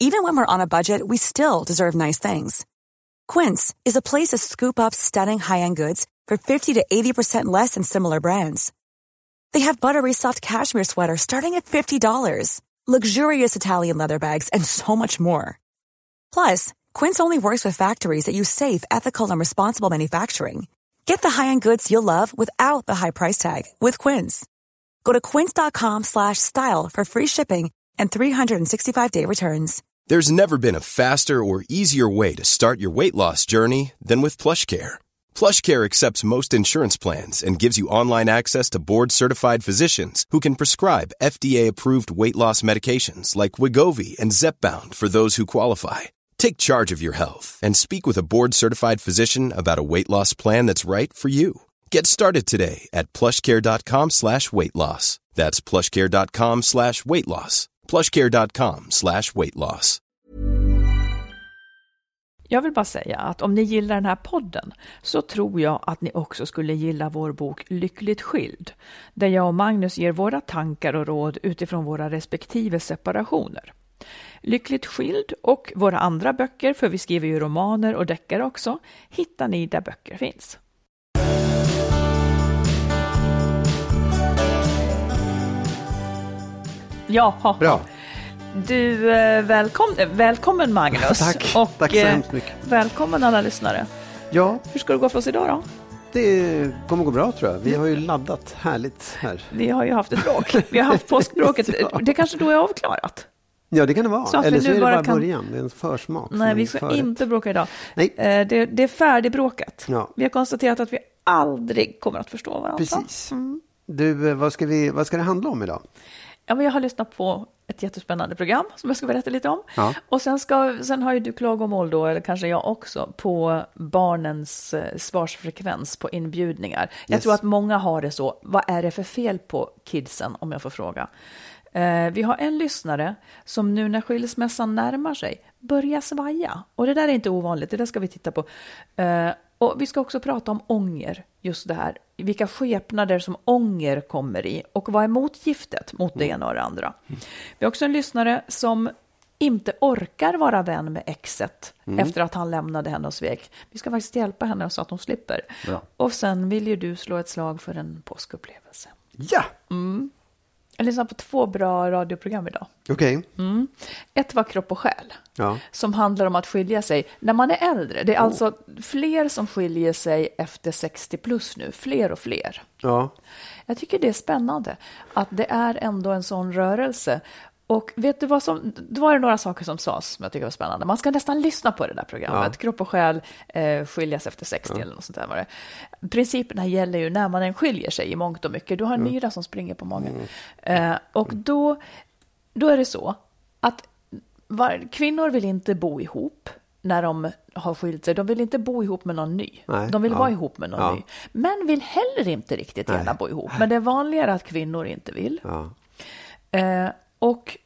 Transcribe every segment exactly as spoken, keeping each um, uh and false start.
Even when we're on a budget, we still deserve nice things. Quince is a place to scoop up stunning high-end goods for fifty to eighty percent less than similar brands. They have buttery soft cashmere sweaters starting at fifty dollars, luxurious Italian leather bags, and so much more. Plus, Quince only works with factories that use safe, ethical, and responsible manufacturing. Get the high-end goods you'll love without the high price tag with Quince. Go to quince.com slash style for free shipping and three sixty-five day returns. There's never been a faster or easier way to start your weight loss journey than with PlushCare. PlushCare accepts most insurance plans and gives you online access to board-certified physicians who can prescribe F D A-approved weight loss medications like Wegovy and Zepbound for those who qualify. Take charge of your health and speak with a board-certified physician about a weight loss plan that's right for you. Get started today at plushcare.com slash weight loss. That's plushcare.com slash weight loss. plushcare.com slash weight loss. Jag vill bara säga att om ni gillar den här podden så tror jag att ni också skulle gilla vår bok Lyckligt skild, där jag och Magnus ger våra tankar och råd utifrån våra respektive separationer. Lyckligt skild och våra andra böcker, för vi skriver ju romaner och deckare också, hittar ni där böcker finns. Jaha. Bra. Du, välkom, välkommen Magnus. Tack, och, tack så hemskt mycket. Välkommen alla lyssnare. Ja. Hur ska det gå för oss idag då? Det kommer gå bra tror jag. Vi har ju laddat härligt här. Vi har ju haft ett bråk. Vi har haft påskbråket. Ja. Det kanske då är avklarat. Ja, det kan det vara. Så Eller så är det bara kan... början. Det är en försmak. Nej, vi ska förrätt. inte bråka idag. Nej. Det, det är färdigbråkat. Ja. Vi har konstaterat att vi aldrig kommer att förstå varandra. Precis. Mm. Du, vad ska, vi, vad ska det handla om idag? Ja, men jag har lyssnat på ett jättespännande program som jag ska berätta lite om. Ja. Och sen, ska, sen har ju du klagomål då, eller kanske jag också, på barnens svarsfrekvens på inbjudningar. Jag Yes. tror att många har det så. Vad är det för fel på kidsen, om jag får fråga? Eh, vi har en lyssnare som nu när skilsmässan närmar sig börjar svaja. Och det där är inte ovanligt, det där ska vi titta på. Eh, och vi ska också prata om ånger, just det här. Vilka skepnader som ånger kommer i och vad är motgiftet mot det ena och det andra. Mm. Vi har också en lyssnare som inte orkar vara vän med exet mm. efter att han lämnade henne och svek. Vi ska faktiskt hjälpa henne så att hon slipper. Bra. Och sen vill ju du slå ett slag för en påskupplevelse. Ja! Mm. Jag lyssnade på två bra radioprogram idag. Okej. Okay. Mm. Ett var Kropp och själ. Ja. Som handlar om att skilja sig när man är äldre. Det är oh. alltså fler som skiljer sig efter sextio plus nu. Fler och fler. Ja. Jag tycker det är spännande att det är ändå en sån rörelse. Och vet du vad som, det var det några saker som sades som jag tycker var spännande. Man ska nästan lyssna på det där programmet. Ja. Kropp och själ eh, skiljas efter sextio ja. eller något sånt där var det. Principerna gäller ju när man än skiljer sig i mångt och mycket. Du har en mm. nyra som springer på magen. Mm. Eh, och då, då är det så att var, kvinnor vill inte bo ihop när de har skilt sig. De vill inte bo ihop med någon ny. Nej, de vill ja. vara ihop med någon ja. ny. Män vill heller inte riktigt gärna bo ihop. Men det är vanligare att kvinnor inte vill. Ja. Eh, och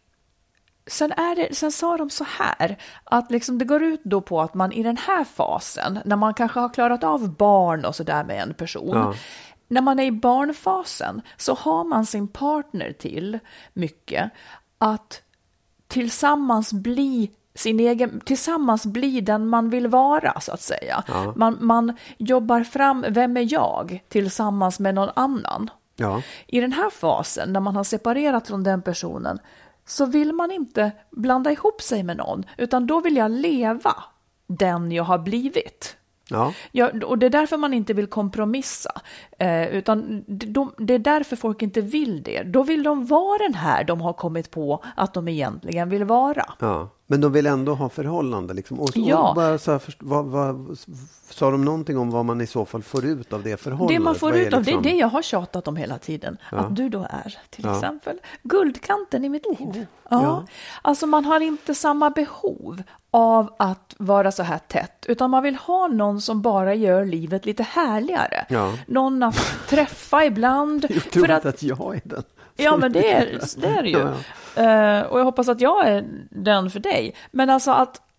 sen, är det, sen sa de så här att liksom det går ut då på att man i den här fasen, när man kanske har klarat av barn och så där med en person, ja. när man är i barnfasen så har man sin partner till mycket att tillsammans bli sin egen, tillsammans bli den man vill vara så att säga. Ja. Man, man jobbar fram, vem är jag, tillsammans med någon annan. Ja. I den här fasen, när man har separerat från den personen, så vill man inte blanda ihop sig med någon, utan då vill jag leva den jag har blivit. Ja. Ja, och det är därför man inte vill kompromissa. Eh, utan de, det är därför folk inte vill det. Då vill de vara den här de har kommit på att de egentligen vill vara. Ja, men de vill ändå ha förhållande. Liksom. Och, ja. och bara så här, först, vad, vad, sa de någonting om vad man i så fall får ut av det förhållandet? Det man får vad ut av liksom... det är det jag har tjatat om hela tiden. Ja. Att du då är till ja. exempel guldkanten i mitt liv. Oh. Ja. Ja. Alltså man har inte samma behov av att vara så här tätt, utan man vill ha någon som bara gör livet lite härligare. Ja. Någon att träffa ibland. Jag tror för att, att jag är den. Ja, men det är det är ju. Ja, ja. Uh, och jag hoppas att jag är den för dig. Men alltså att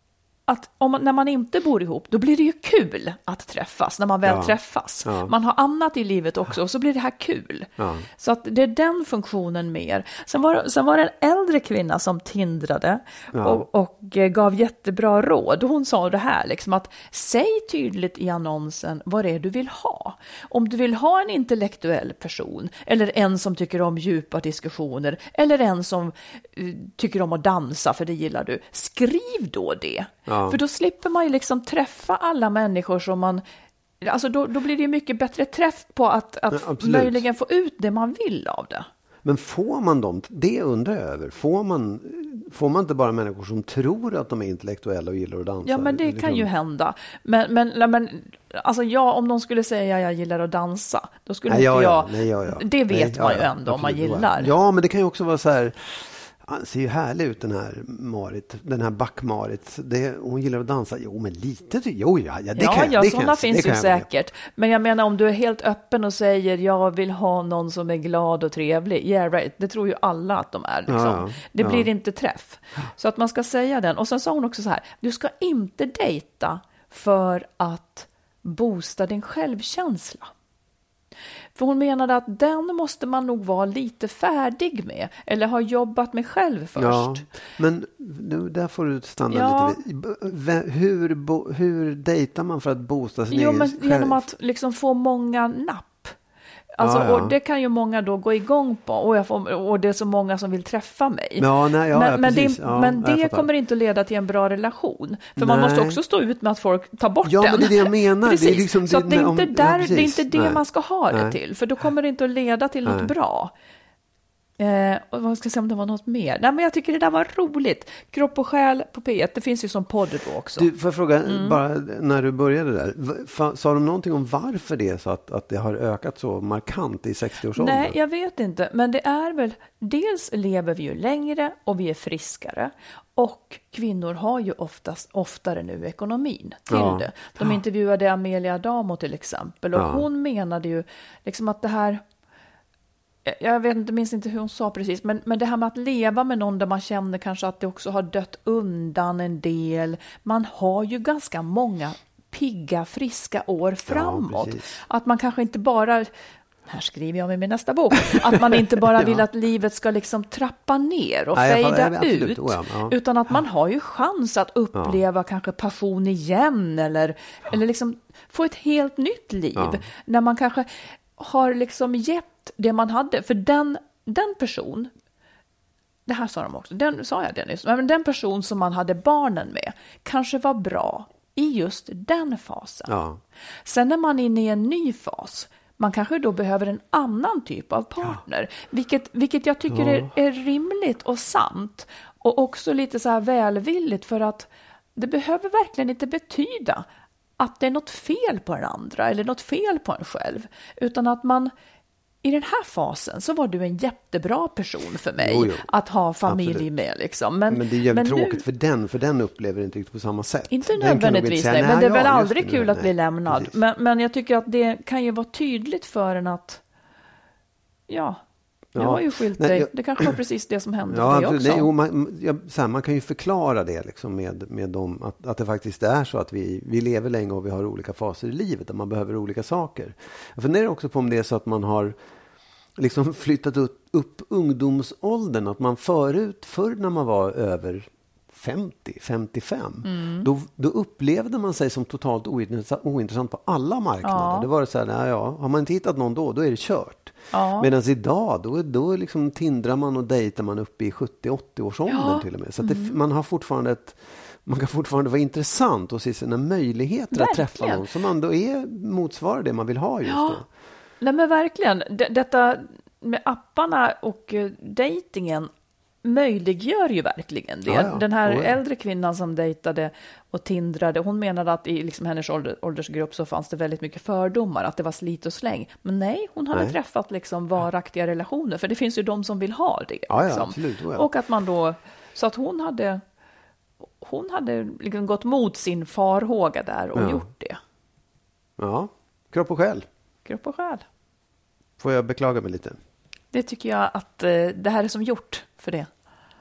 att om man, när man inte bor ihop, då blir det ju kul att träffas när man väl ja. träffas. Ja. Man har annat i livet också och så blir det här kul. Ja. Så att det är den funktionen mer. Sen var, sen var det en äldre kvinna som tindrade ja. och, och gav jättebra råd. Hon sa det här, liksom att säg tydligt i annonsen vad det är du vill ha. Om du vill ha en intellektuell person eller en som tycker om djupa diskussioner eller en som uh, tycker om att dansa, för det gillar du. Skriv då det. Ja. För då slipper man ju liksom träffa alla människor som man... Alltså då, då blir det ju mycket bättre träff på att, att ja, möjligen få ut det man vill av det. Men får man dem, det undrar jag över, får man, får man inte bara människor som tror att de är intellektuella och gillar att dansa? Ja, men det liksom... kan ju hända. Men, men, men alltså ja, om de skulle säga jag gillar att dansa, då skulle nej, inte ja, jag... Nej, ja, ja. Det vet nej, man ja, ju ändå ja, om man gillar. Ja, men det kan ju också vara så här... Han ser ju härlig ut, den här Marit, den här Back-Marit. Det, hon gillar att dansa. Jo, men lite ty- Jo, ja, ja, det ja, kan ja, det sådana kan, finns det ju kan säkert. Men jag menar, om du är helt öppen och säger jag vill ha någon som är glad och trevlig. Yeah, right. Det tror ju alla att de är. Liksom. Ja, det blir ja. inte träff. Så att man ska säga den. Och sen sa hon också så här, du ska inte dejta för att boosta din självkänsla. För hon menade att den måste man nog vara lite färdig med. Eller ha jobbat med själv först. Ja, men nu, där får du stanna ja. lite. Hur, bo, hur dejtar man för att boosta sin jo, egen men själv? Genom att liksom få många napp. Alltså, ja, ja. Och det kan ju många då gå igång på. Och, jag får, och det är så många som vill träffa mig. Ja, nej, ja, men, ja, men det, ja, men det kommer inte att leda till en bra relation. För nej. man måste också stå ut med att folk tar bort ja, den. Ja, men det är det jag menar. Precis. Det är liksom, så att det, är inte om, där, ja, det är inte det nej. man ska ha det nej. till. För då kommer det inte att leda till nej. något bra. Eh, och vad ska jag säga om det var något mer? Nej, men jag tycker det där var roligt. Kropp och själ på P ett, det finns ju som podd då också. Du, får jag fråga, mm. bara när du började där, sa de någonting om varför det är så att, att det har ökat så markant i sextio-årsåldern? Nej, jag vet inte. Men det är väl, dels lever vi ju längre och vi är friskare. Och kvinnor har ju oftast, oftare nu ekonomin till ja. det. De ja. intervjuade Amelia Adamo till exempel. Och ja. hon menade ju liksom att det här... Jag vet inte, minns inte hur hon sa precis, men, men det här med att leva med någon där man känner kanske att det också har dött undan en del. Man har ju ganska många pigga, friska år framåt. Ja, att man kanske inte bara, här skriver jag med min nästa bok, att man inte bara ja. vill att livet ska liksom trappa ner och nej, fejda ut, oh ja, ja. utan att man har ju chans att uppleva ja. kanske passion igen eller, ja. eller liksom få ett helt nytt liv ja. när man kanske har liksom gett det man hade, för den, den person, det här sa de också, den sa jag det nyss, men den person som man hade barnen med kanske var bra i just den fasen. Ja. Sen när man är inne i en ny fas, man kanske då behöver en annan typ av partner, ja. vilket, vilket jag tycker ja. är, är rimligt och sant och också lite så här välvilligt, för att det behöver verkligen inte betyda att det är något fel på den andra eller något fel på en själv, utan att man i den här fasen så var du en jättebra person för mig jo, jo. att ha familj Absolut. med. Liksom. Men, men det är jävligt men tråkigt nu, för den, för den upplever det inte riktigt på samma sätt. Inte nödvändigtvis, nej, men det är väl ja, aldrig kul att nej, bli lämnad. Men, men jag tycker att det kan ju vara tydligt för en att ja, jag ja, har ju skilt dig. Jag, det kanske var precis det som hände ja, för dig också. Nej, jo, man, jag, så här, man kan ju förklara det liksom med, med dem, att, att det faktiskt är så att vi, vi lever länge och vi har olika faser i livet och man behöver olika saker. Jag funderar också på om det är så att man har liksom flyttat upp, upp ungdomsåldern, att man förut, förr när man var över femtio, femtiofem, mm. då, då upplevde man sig som totalt ointressant, ointressant på alla marknader. Ja. Det var så här, nej, ja, har man inte hittat någon då, då är det kört. Ja. Medan idag, då, då liksom tindrar man och dejtar man upp i sjuttio-åttio års åldern ja. till och med. Så att det, mm. man har fortfarande ett, man kan fortfarande vara intressant och se sina möjligheter verkligen. Att träffa någon som ändå är, motsvarar det man vill ha just ja. då. Nej, men verkligen. D- detta med apparna och uh, dejtingen möjliggör ju verkligen det. Ja, ja. Den här oh, ja. äldre kvinnan som dejtade och tindrade, hon menade att i liksom hennes ålder, åldersgrupp så fanns det väldigt mycket fördomar, att det var slit och släng. Men nej, hon hade nej. träffat liksom varaktiga relationer, för det finns ju de som vill ha det. Ja, liksom. ja, absolut, oh, ja. Och att man då, så att hon hade hon hade liksom gått mot sin farhåga där och ja. gjort det. Ja, kropp och själ. Kropp och själ. Får jag beklaga mig lite? Det tycker jag att eh, det här är som gjort för det.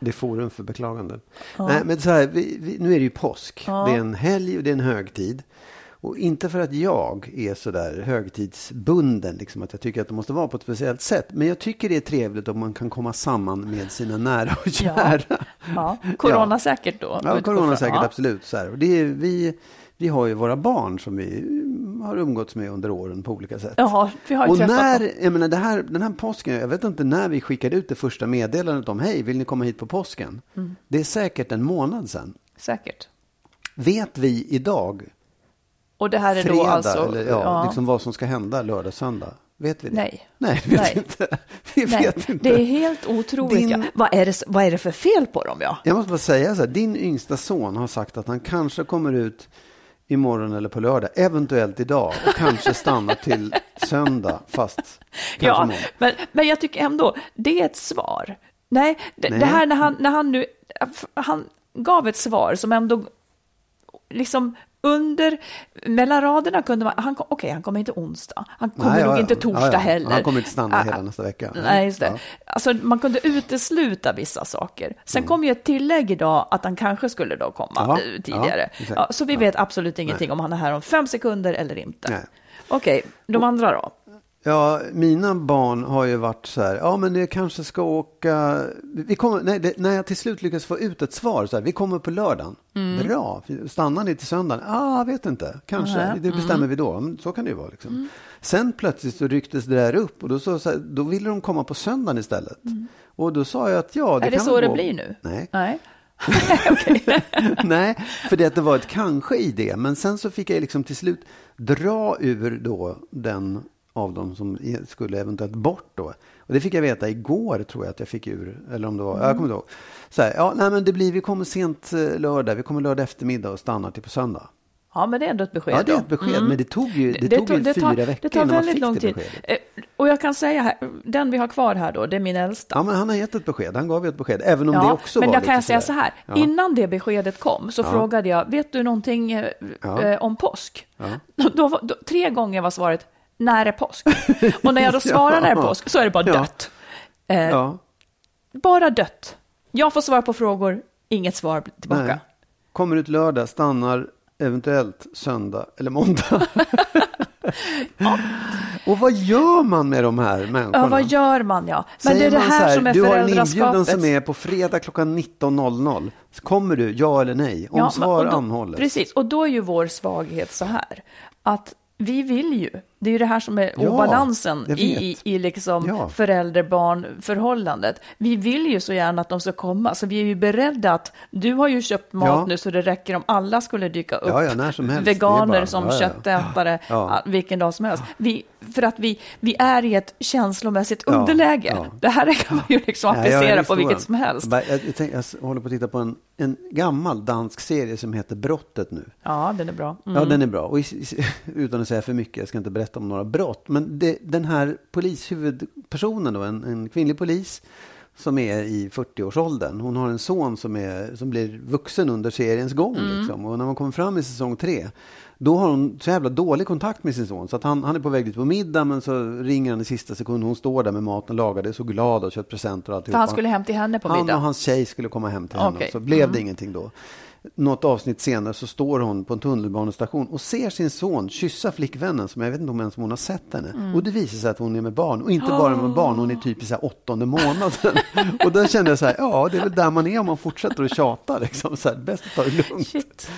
Det är forum för beklagande. Ja. Nej, men så här, vi, vi, nu är det ju påsk. Ja. Det är en helg och det är en högtid. Och inte för att jag är så där högtidsbunden, liksom att jag tycker att det måste vara på ett speciellt sätt. Men jag tycker det är trevligt om man kan komma samman med sina nära och kära. Ja, ja. Corona ja. säkert då. Ja, corona säkert, ja. Absolut. Så här. Och det är, vi, vi har ju våra barn som vi har umgåtts med under åren på olika sätt. Ja, vi har ju och träffat när, dem. Jag menar, det här, den här påsken, jag vet inte när vi skickade ut det första meddelandet om hej, vill ni komma hit på påsken? Mm. Det är säkert en månad sedan. Säkert. Vet vi idag... Och det här är fredag, då alltså... Eller, ja, ja. Liksom vad som ska hända lördag, söndag. Vet vi det? Nej. Nej, vi vet Nej. inte. Vi Nej. vet inte. Det är helt otroligt. Din... Vad, är det, vad är det för fel på dem, ja? Jag måste bara säga så här. Din yngsta son har sagt att han kanske kommer ut imorgon eller på lördag. Eventuellt idag. Och kanske stannar till söndag. Fast kanske ja, imorgon. Men, men jag tycker ändå, det är ett svar. Nej, det, Nej. det här när han, när han nu... Han gav ett svar som ändå liksom... Under, mellan raderna kunde man, han, okej, okay, han kommer inte onsdag, han kommer Nej, nog ja, inte torsdag ja, ja. heller. Han kommer inte stanna ah, hela nästa vecka. Nej, just det. Ja. Alltså, man kunde utesluta vissa saker. Sen mm. kom ju ett tillägg idag att han kanske skulle då komma ja, tidigare. Ja, ja, så vi vet absolut ingenting Nej. om han är här om fem sekunder eller inte. Okej, okay, de andra då? Ja, mina barn har ju varit så här, ja men det kanske ska åka, vi kommer, nej, det, när jag till slut lyckas få ut ett svar så här, vi kommer på lördagen, mm. bra, stannar ni till söndagen? Ja, ah, vet inte, kanske, mm. det bestämmer mm. vi då, men så kan det ju vara liksom. Mm. Sen plötsligt så rycktes det där upp och då, så, så här, då ville de komma på söndagen istället. Mm. Och då sa jag att ja, det är det kan så det gå. blir nu? Nej. Nej. Nej, för det, det var ett kanske i det, men sen så fick jag liksom till slut dra ur då den av dem som skulle eventuellt bort då. Och det fick jag veta igår, tror jag att jag fick ur, eller om det var, mm. jag kommer inte ihåg. Så här, ja, nej men det blir, vi kommer sent lördag, vi kommer lördag eftermiddag och stannar till på söndag. Ja, men det är ändå ett besked. Ja, det är ett besked, mm. men det tog ju, det det tog tog, ju det fyra tar, veckor det tar när man väldigt fick lång det tid. beskedet. Och jag kan säga här, den vi har kvar här då, det är min äldsta. Ja, men han har gett ett besked, han gav ju ett besked, även om ja, det också men var jag kan lite säga sådär. så här, ja. innan det beskedet kom så ja. frågade jag, vet du någonting eh, ja. om påsk? Ja. Då, då, tre gånger var svaret, när är påsk? Och när jag då svarar ja. när är påsk så är det bara ja. dött. Eh, ja. Bara dött. Jag får svara på frågor, inget svar tillbaka. Nej. Kommer ut lördag, stannar eventuellt söndag eller måndag. ja. Och vad gör man med de här människorna? Ja, vad gör man, ja. Men Säger det är det här, här som är du föräldraskapet. Du har en inbjudan som är på fredag klockan nitton noll noll. Kommer du, ja eller nej? Om ja, svar då, anhålles. Precis, och då är ju vår svaghet så här. Att vi vill ju, det är ju det här som är ja, obalansen i, i liksom ja. förälder-barn-förhållandet. Vi vill ju så gärna att de ska komma, så vi är ju beredda att, du har ju köpt mat ja. nu så det räcker om alla skulle dyka upp. Ja, ja, när som helst. Veganer bara, som ja, ja. köttätare, ja. vilken dag som helst. Vi, för att vi, vi är i ett känslomässigt ja. underläge. Ja. Det här kan man ju liksom applicera ja, på vilket som helst. Jag, jag, jag, tänk, jag håller på att titta på en, en gammal dansk serie som heter Brottet nu. Ja, den är bra. Mm. Ja, den är bra. Och i, utan att säga för mycket, jag ska inte berätta om några brott. Men det, den här polishuvudpersonen då, en, en kvinnlig polis som är i fyrtioårsåldern. Hon har en son som, är, som blir vuxen under seriens gång. Mm. Liksom. Och när man kommer fram i säsong tre, då har hon så jävla dålig kontakt med sin son. Så att han, han är på väg dit på middag, men så ringer han i sista sekund. Hon står där med maten lagad, är så glad och köpt presenter och alltihop. För han skulle hem till henne på middag? Han och hans tjej skulle komma hem till okay. henne. Så blev mm. det ingenting då. Något avsnitt senare så står hon på en tunnelbanestation och ser sin son kyssa flickvännen som jag vet inte om ens hon har sett henne. Mm. Och det visar sig att hon är med barn. Och inte oh. bara med barn, hon är typ i så här åttonde månaden. Och då kände jag så här, ja det är väl där man är om man fortsätter att tjata. Liksom. Så här, bäst att ta det lugnt. Shit.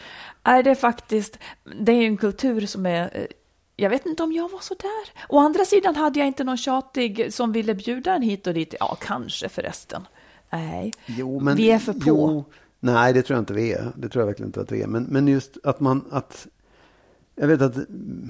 Är det faktiskt, det är en kultur som är, jag vet inte om jag var så där. Å andra sidan hade jag inte någon tjatig som ville bjuda en hit och dit. Ja, kanske förresten. Nej, jo, men, vi är för på. Jo. Nej, det tror jag inte vi är. Det tror jag verkligen inte att vi är. Men, men just att man, att jag vet att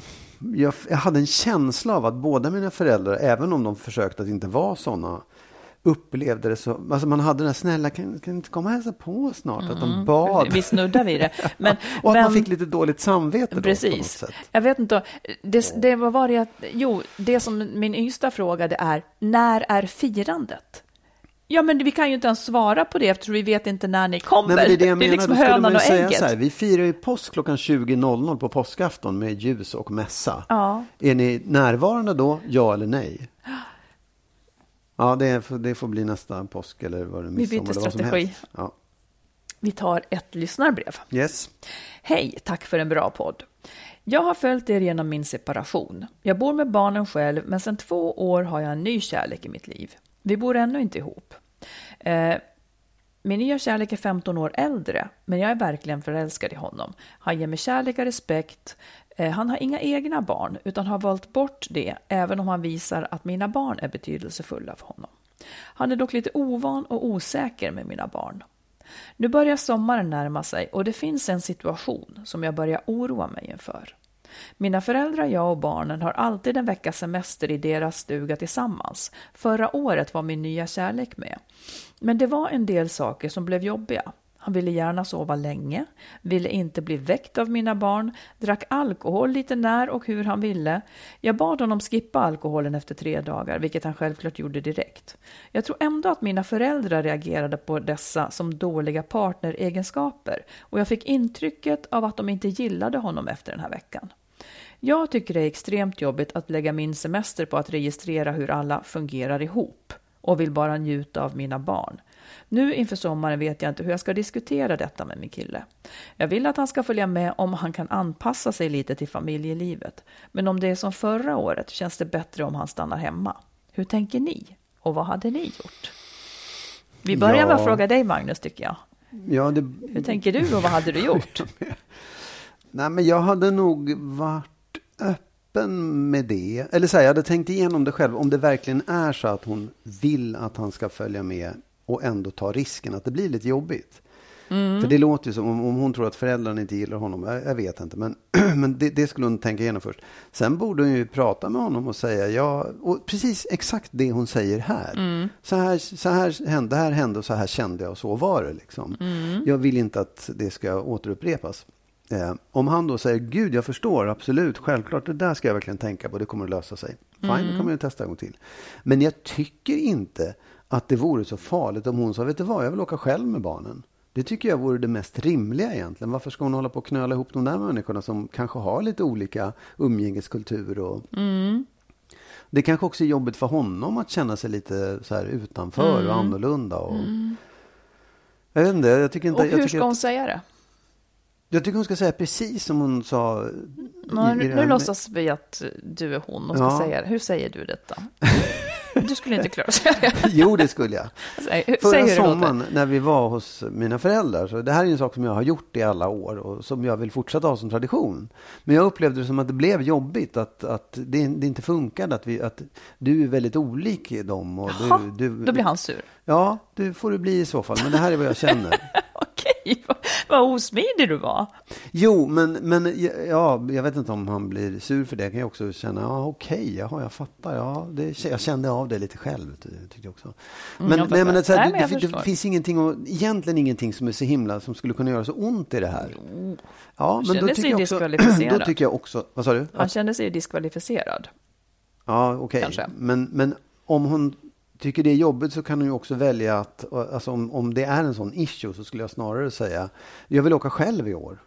jag, jag hade en känsla av att båda mina föräldrar, även om de försökte att inte vara sådana, upplevde det så, alltså man hade den här snälla, kan, kan inte komma och hälsa på snart, mm. att de bad. Vi snuddar vid det. Men, och att men, man fick lite dåligt samvete precis. Då, på något sätt. Jag vet inte, det, det var var det, jo, det som min yngsta frågade är, när är firandet? Ja, men vi kan ju inte ens svara på det eftersom vi vet inte när ni kommer. Nej, men det är det jag menar. Det är liksom då skulle hönan man ju och säga ägget. Så här, vi firar ju påsk klockan tjugo noll noll på påskafton med ljus och mässa. Ja. Är ni närvarande då? Ja eller nej? Ja, det, är, det får bli nästa påsk eller vad det Vi byter strategi. Ja. Vi tar ett lyssnarbrev. Yes. Hej, tack för en bra podd. Jag har följt er genom min separation. Jag bor med barnen själv, men sedan två år har jag en ny kärlek i mitt liv. Vi bor ännu inte ihop. Eh, min nya kärlek är femton år äldre, men jag är verkligen förälskad i honom. Han ger mig kärlek och respekt. Eh, han har inga egna barn, utan har valt bort det, även om han visar att mina barn är betydelsefulla för honom. Han är dock lite ovan och osäker med mina barn. Nu börjar sommaren närma sig och det finns en situation som jag börjar oroa mig inför. Mina föräldrar, jag och barnen har alltid en veckas semester i deras stuga tillsammans. Förra året var min nya kärlek med. Men det var en del saker som blev jobbiga. Han ville gärna sova länge, ville inte bli väckt av mina barn, drack alkohol lite när och hur han ville. Jag bad honom skippa alkoholen efter tre dagar, vilket han självklart gjorde direkt. Jag tror ändå att mina föräldrar reagerade på dessa som dåliga partneregenskaper och jag fick intrycket av att de inte gillade honom efter den här veckan. Jag tycker det är extremt jobbigt att lägga min semester på att registrera hur alla fungerar ihop och vill bara njuta av mina barn. Nu inför sommaren vet jag inte hur jag ska diskutera detta med min kille. Jag vill att han ska följa med om han kan anpassa sig lite till familjelivet. Men om det är som förra året känns det bättre om han stannar hemma. Hur tänker ni? Och vad hade ni gjort? Vi börjar ja. med att fråga dig, Magnus, tycker jag. Ja, det... Hur tänker du och vad hade du gjort? Nej, men jag hade nog varit öppen med det. Eller så här, jag hade tänkt igenom det själv. Om det verkligen är så att hon vill att han ska följa med och ändå ta risken att det blir lite jobbigt. Mm. För det låter ju som om, om hon tror att föräldrarna inte gillar honom. Jag, jag vet inte, men, men det, det skulle hon tänka igenom först. Sen borde hon ju prata med honom och säga, ja, och precis exakt det hon säger här. Mm. Så här, så här hände, det här hände och så här kände jag och så var det liksom. Mm. Jag vill inte att det ska återupprepas. Eh, om han då säger, gud jag förstår, absolut, självklart, det där ska jag verkligen tänka på, det kommer att lösa sig. Fine, mm. då kommer jag testa en gång till. Men jag tycker inte att det vore så farligt om hon sa, vet du vad, jag vill åka själv med barnen. Det tycker jag vore det mest rimliga egentligen. Varför ska hon hålla på och knöla ihop de där människorna som kanske har lite olika umgängeskultur och... Mm. Det kanske också är jobbigt för honom att känna sig lite så här utanför mm. och annorlunda. Och... Mm. Jag vet inte, jag tycker inte... Och hur jag ska hon att... säga det? Jag tycker hon ska säga precis som hon sa. Men, nu nu låtsas vi att du är hon och ska ja. säga det. Hur säger du detta? Du skulle inte klara säga det. Jo, det skulle jag. Säg, Förra säg sommaren när vi var hos mina föräldrar, så det här är en sak som jag har gjort i alla år och som jag vill fortsätta ha som tradition. Men jag upplevde det som att det blev jobbigt, att, att det, det inte funkade, att, vi, att du är väldigt olik dem. Och Jaha, du, du, då blir han sur. Ja, det får du bli i så fall. Men det här är vad jag känner. Okej, vad, vad osmidig du var. Jo, men, men ja, jag vet inte om han blir sur för det. Jag kan jag också känna, ja okej, jaha, jag fattar. Ja, det, jag kände av det lite själv, tyckte jag också. Men, mm, nej, men, det, så här, nej, men det, det, det finns ingenting, och, egentligen ingenting som är så himla, som skulle kunna göra så ont i det här. Jo. Ja, men då tycker, jag också, då tycker jag också, vad sa du? Han kände sig diskvalificerad. Ja, okej. Okay. Men, men om hon tycker det är jobbigt så kan hon ju också välja att, alltså om, om det är en sån issue så skulle jag snarare säga, jag vill åka själv i år.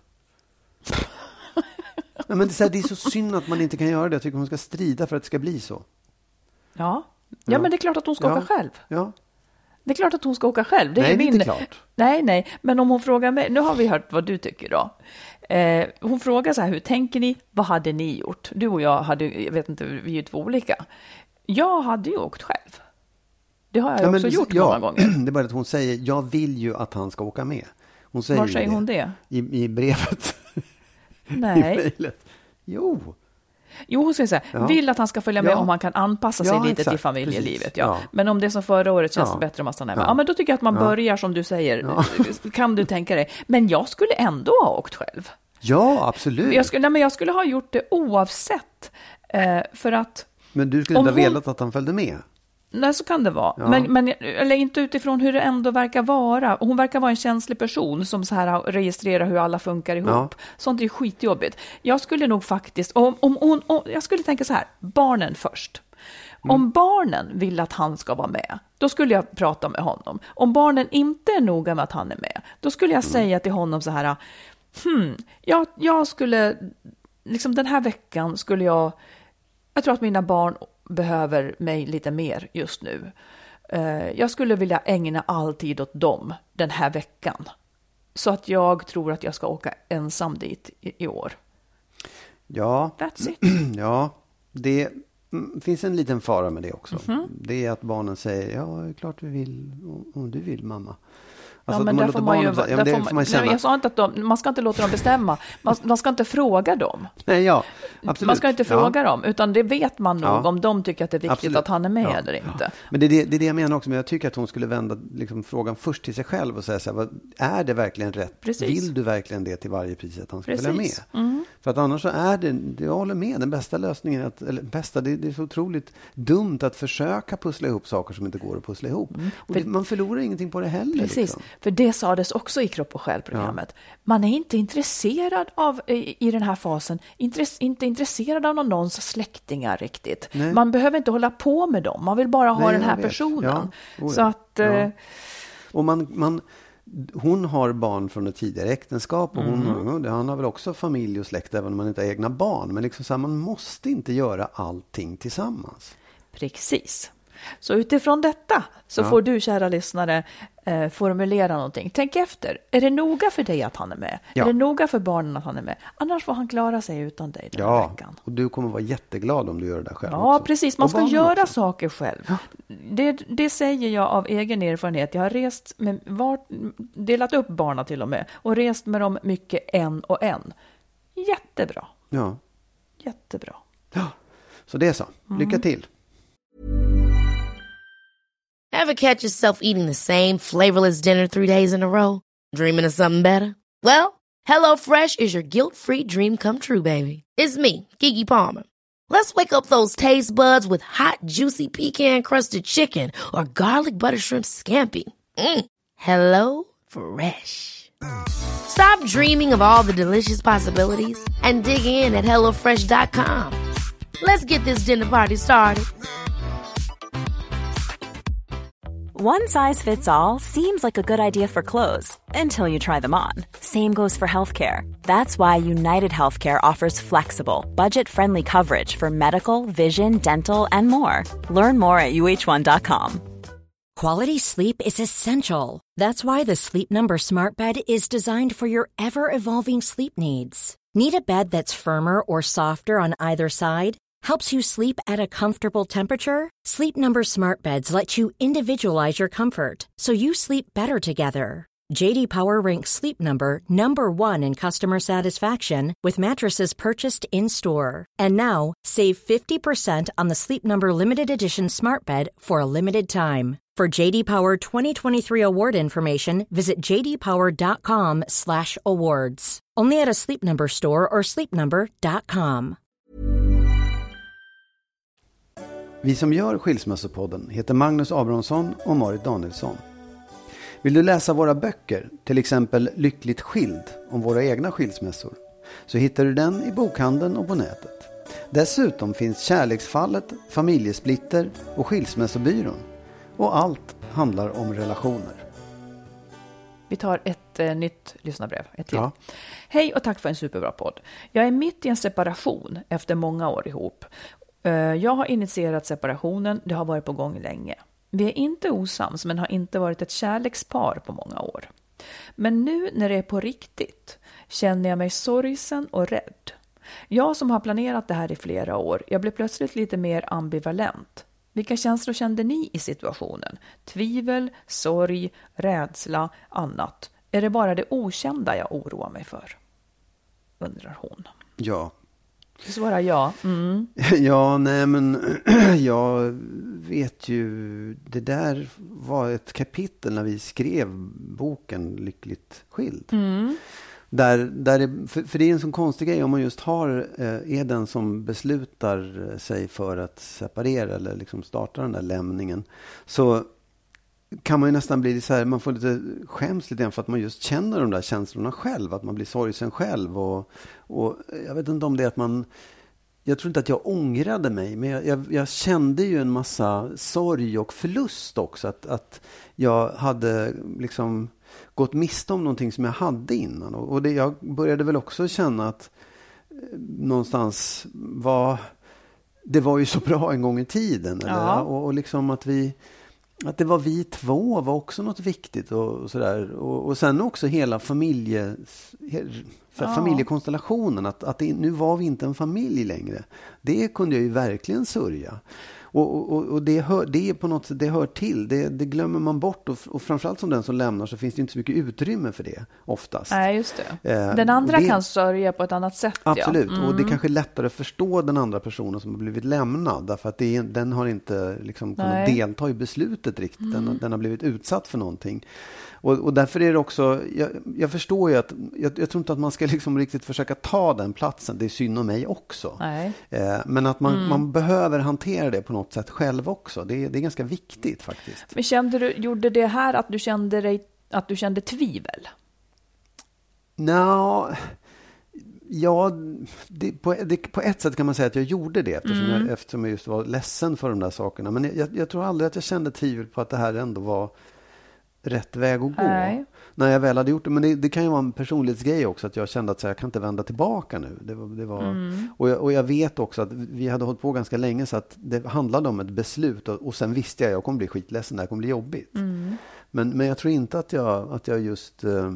Men det är, så här, det är så synd att man inte kan göra det. Jag tycker hon ska strida för att det ska bli så. Ja, ja, ja. Men det är klart att hon ska ja. åka själv. Ja. Det är klart att hon ska åka själv. Det är nej, min... det är inte klart. Nej, nej. Men om hon frågar mig, nu har vi hört vad du tycker då. Eh, hon frågar så här, hur tänker ni? Vad hade ni gjort? Du och jag hade, jag vet inte, vi är ju två olika. Jag hade ju åkt själv. Det har jag ja, också men, gjort ja, många gånger. Det är bara att hon säger, jag vill ju att han ska åka med. Hon säger Var säger det. hon det? I, i brevet. Nej. I mejlet. Jo. Jo, hon säger så här, ja. vill att han ska följa med ja. om han kan anpassa sig ja, lite exakt. till familjelivet. Ja. Ja. Men om det som förra året känns ja. bättre om han stannar med. Ja. ja, men då tycker jag att man ja. börjar som du säger. Ja. Kan du tänka dig? Men jag skulle ändå ha åkt själv. Ja, absolut. Jag skulle, nej, men jag skulle ha gjort det oavsett. Eh, för att... Men du skulle inte ha velat hon... att han följde med? Nej, så kan det vara. Ja. Men, men eller inte utifrån hur det ändå verkar vara. Hon verkar vara en känslig person som så här registrerar hur alla funkar ihop. Ja. Sånt är ju skitjobbigt. Jag skulle nog faktiskt, om, om, om, om, jag skulle tänka så här, barnen först. Mm. Om barnen vill att han ska vara med, då skulle jag prata med honom. Om barnen inte är noga med att han är med, då skulle jag mm. säga till honom så här, hmm, jag, jag skulle, liksom den här veckan skulle jag, jag tror att mina barn behöver mig lite mer just nu. Eh, jag skulle vilja ägna all tid åt dem den här veckan. Så att jag tror att jag ska åka ensam dit i, i år. Ja, That's it. Ja, det finns en liten fara med det också. Mm-hmm. Det är att barnen säger, ja, det är klart vi vill, om du vill, mamma. Alltså, ja, men där får man ju, där får man, man nej, jag sa inte att de, man ska inte låta dem bestämma. Man, man ska inte fråga dem. Nej, ja, absolut. Man ska inte fråga ja. dem, utan det vet man nog ja. om de tycker att det är viktigt absolut. att han är med ja. eller inte. Ja. Men det är det, det är det jag menar också, men jag tycker att hon skulle vända liksom, frågan först till sig själv och säga så här, vad, är det verkligen rätt? Precis. Vill du verkligen det till varje pris att han ska Precis. följa med? Mm. För att annars så är det, jag håller med, den bästa lösningen, att, eller bästa, det, det är så otroligt dumt att försöka pussla ihop saker som inte går att pussla ihop. Mm. Och för, det, man förlorar ingenting på det heller. Precis, liksom. För det sades också i Kropp och själ-programmet. Ja. Man är inte intresserad av, i, i den här fasen, intress, inte intresserad av någons släktingar riktigt. Nej. Man behöver inte hålla på med dem. Man vill bara ha Nej, den här personen. Ja. Oh, så att... Ja. Eh, och man... man hon har barn från ett tidigare äktenskap och hon, mm. han har väl också familj och släkt även om man inte har egna barn. Men liksom så här, man måste inte göra allting tillsammans. Precis. Så utifrån detta så ja. får du, kära lyssnare, eh, formulera någonting. Tänk efter. Är det noga för dig att han är med? Ja. Är det noga för barnen att han är med? Annars får han klara sig utan dig den ja. här veckan. Och du kommer vara jätteglad om du gör det där själv Ja, också. precis. Man ska göra också. saker själv. Ja. Det, det säger jag av egen erfarenhet. Jag har rest med, var, delat upp barnen till och med. Och rest med dem mycket en och en. Jättebra. Ja. Jättebra. Ja, så det är så. Lycka Mm. till. Ever catch yourself eating the same flavorless dinner three days in a row? Dreaming of something better? Well, HelloFresh is your guilt-free dream come true, baby. It's me, Keke Palmer. Let's wake up those taste buds with hot, juicy pecan-crusted chicken or garlic butter shrimp scampi. Mm. Hello Fresh. Stop dreaming of all the delicious possibilities and dig in at hello fresh dot com. Let's get this dinner party started. One size fits all seems like a good idea for clothes until you try them on. Same goes for healthcare. That's why United Healthcare offers flexible, budget-friendly coverage for medical, vision, dental, and more. Learn more at u h one dot com. Quality sleep is essential. That's why the Sleep Number Smart Bed is designed for your ever-evolving sleep needs. Need a bed that's firmer or softer on either side? Helps you sleep at a comfortable temperature? Sleep Number Smart Beds let you individualize your comfort so you sleep better together. J D Power ranks Sleep Number number one in customer satisfaction with mattresses purchased in-store. And now, save fifty percent on the Sleep Number Limited Edition Smart Bed for a limited time. For J D Power twenty twenty-three award information, visit j d power dot com slash awards. Only at a Sleep Number store or sleep number dot com. Vi som gör Skilsmässopodden heter Magnus Abrahamsson och Marit Danielsson. Vill du läsa våra böcker, till exempel Lyckligt skild om våra egna skilsmässor, så hittar du den i bokhandeln och på nätet. Dessutom finns Kärleksfallet, Familjesplitter och Skilsmässobyrån. Och allt handlar om relationer. Vi tar ett eh, nytt lyssnarbrev. Ett till. Ja. Hej och tack för en superbra podd. Jag är mitt i en separation efter många år ihop. Jag har initierat separationen, det har varit på gång länge. Vi är inte osams men har inte varit ett kärlekspar på många år. Men nu när det är på riktigt känner jag mig sorgsen och rädd. Jag som har planerat det här i flera år, jag blev plötsligt lite mer ambivalent. Vilka känslor kände ni i situationen? Tvivel, sorg, rädsla, annat. Är det bara det okända jag oroar mig för? Undrar hon. Ja. Du svarar ja. Mm. Ja, nej men jag vet ju, det där var ett kapitel när vi skrev boken Lyckligt skild. Mm. Där, där det, för, för det är en sån konstig grej om man just har, är den som beslutar sig för att separera eller liksom starta den där lämningen, så kan man ju nästan bli så här, man får lite skäms lite grann för att man just känner de där känslorna själv, att man blir sorgsen själv och, och jag vet inte om det är att man, jag tror inte att jag ångrade mig, men jag, jag, jag kände ju en massa sorg och förlust också, att, att jag hade liksom gått miste om någonting som jag hade innan, och, och det, jag började väl också känna att eh, någonstans var, det var ju så bra en gång i tiden, eller? Ja. Och, och liksom att vi att det var vi två var också något viktigt och, och sådär. Och, och sen också hela familje, för ja. familjekonstellationen. Att, att det, nu var vi inte en familj längre. Det kunde jag ju verkligen sörja. Och, och, och det, hör, det är på något sätt, det hör till. Det, det glömmer man bort. Och, och framförallt som den som lämnar så finns det inte så mycket utrymme för det oftast. Nej, just det. Eh, den andra det, kan sörja på ett annat sätt. Absolut. Ja. Mm. Och det är kanske lättare att förstå den andra personen som har blivit lämnad. Därför att det är, den har inte liksom kunnat delta i beslutet riktigt. Mm. Den, den har blivit utsatt för någonting. Och, och därför är det också, jag, jag förstår ju att, jag, jag tror inte att man ska liksom riktigt försöka ta den platsen. Det är synd om mig också. Nej. Eh, men att man, mm. man behöver hantera det på något sätt själv också. Det, det är ganska viktigt faktiskt. Men kände du, gjorde det här att du kände dig, att du kände tvivel? No, ja, det, på, det, på ett sätt kan man säga att jag gjorde det eftersom, mm. jag, eftersom jag just var ledsen för de där sakerna. Men jag, jag tror aldrig att jag kände tvivel på att det här ändå var rätt väg att gå. Nej. När jag väl hade gjort det. Men det, det kan ju vara en personlighetsgrej också. Att jag kände att så här, jag kan inte vända tillbaka nu. Det var, det var, mm. och, jag, och jag vet också att vi hade hållit på ganska länge. Så att det handlade om ett beslut. Och, och sen visste jag att jag kommer bli skitledsen. Det här kommer bli jobbigt. Mm. Men, men jag tror inte att jag, att jag just eh,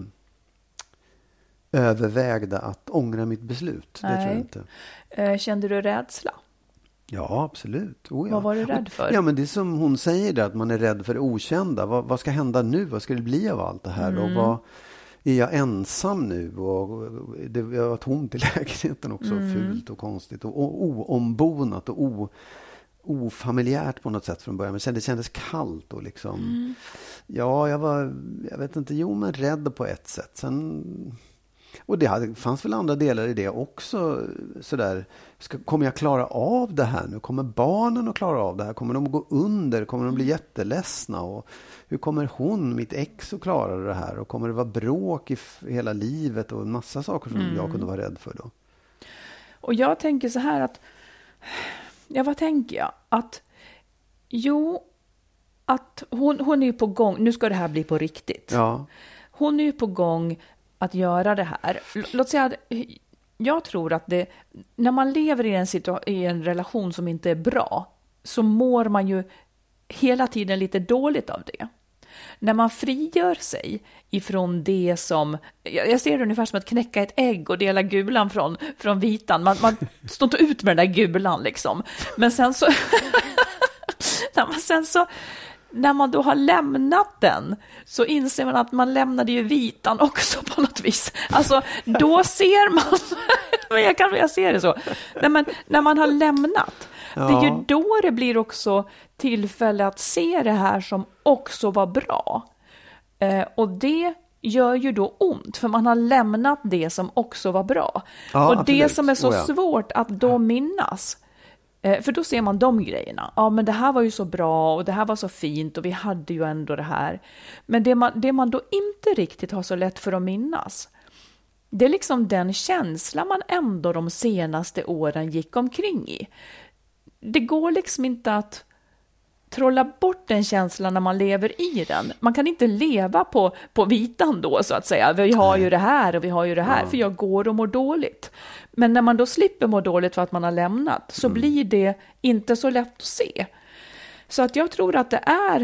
övervägde att ångra mitt beslut. Nej. Det tror jag inte. Eh, kände du rädsla? Ja, absolut. Oh, ja. Vad var du rädd för? Ja, men det är som hon säger där, att man är rädd för det okända. Vad, vad ska hända nu? Vad ska det bli av allt det här? Mm. Och vad, är jag ensam nu? Och det var tomt i lägenheten också. Mm. Fult och konstigt. Och, och oombonat och o, ofamiljärt på något sätt från början. Men det kändes kallt och liksom... Mm. Ja, jag var... Jag vet inte. Jo, men rädd på ett sätt. Sen... Och det hade, fanns väl andra delar i det också. Sådär, ska, kommer jag klara av det här nu? Kommer barnen att klara av det här? Kommer de att gå under? Kommer de bli jätteledsna? Och hur kommer hon, mitt ex, att klara det här? Och kommer det vara bråk i f- hela livet? Och en massa saker som mm. jag kunde vara rädd för då. Och jag tänker så här att... Ja, vad tänker jag? Att... Jo, att hon, hon är ju på gång. Nu ska det här bli på riktigt. Ja. Hon är ju på gång... att göra det här. Låt säga att jag tror att det, när man lever i en, situa- i en relation som inte är bra så mår man ju hela tiden lite dåligt av det. När man frigör sig ifrån det som, jag ser det ungefär som att knäcka ett ägg och dela gulan från, från vitan. Man, man står inte ut med den där gulan liksom. Men sen så, när man sen så när man då har lämnat den så inser man att man lämnade ju vitan också på något vis. Alltså då ser man, men jag kan jag ser det så. Nej, men när man har lämnat, ja. Det är ju då det blir också tillfälle att se det här som också var bra. Eh, och det gör ju då ont för man har lämnat det som också var bra. Ja, och absolut. Det som är så oh, ja. svårt att då minnas. För då ser man de grejerna. Ja, men det här var ju så bra och det här var så fint och vi hade ju ändå det här. Men det man, det man då inte riktigt har så lätt för att minnas, det är liksom den känsla man ändå de senaste åren gick omkring i. Det går liksom inte att trolla bort den känslan när man lever i den. Man kan inte leva på, på vitan då så att säga. Vi har ju det här och vi har ju det här. Ja. För jag går och mår dåligt. Men när man då slipper må dåligt för att man har lämnat så mm. blir det inte så lätt att se. Så att jag tror att det är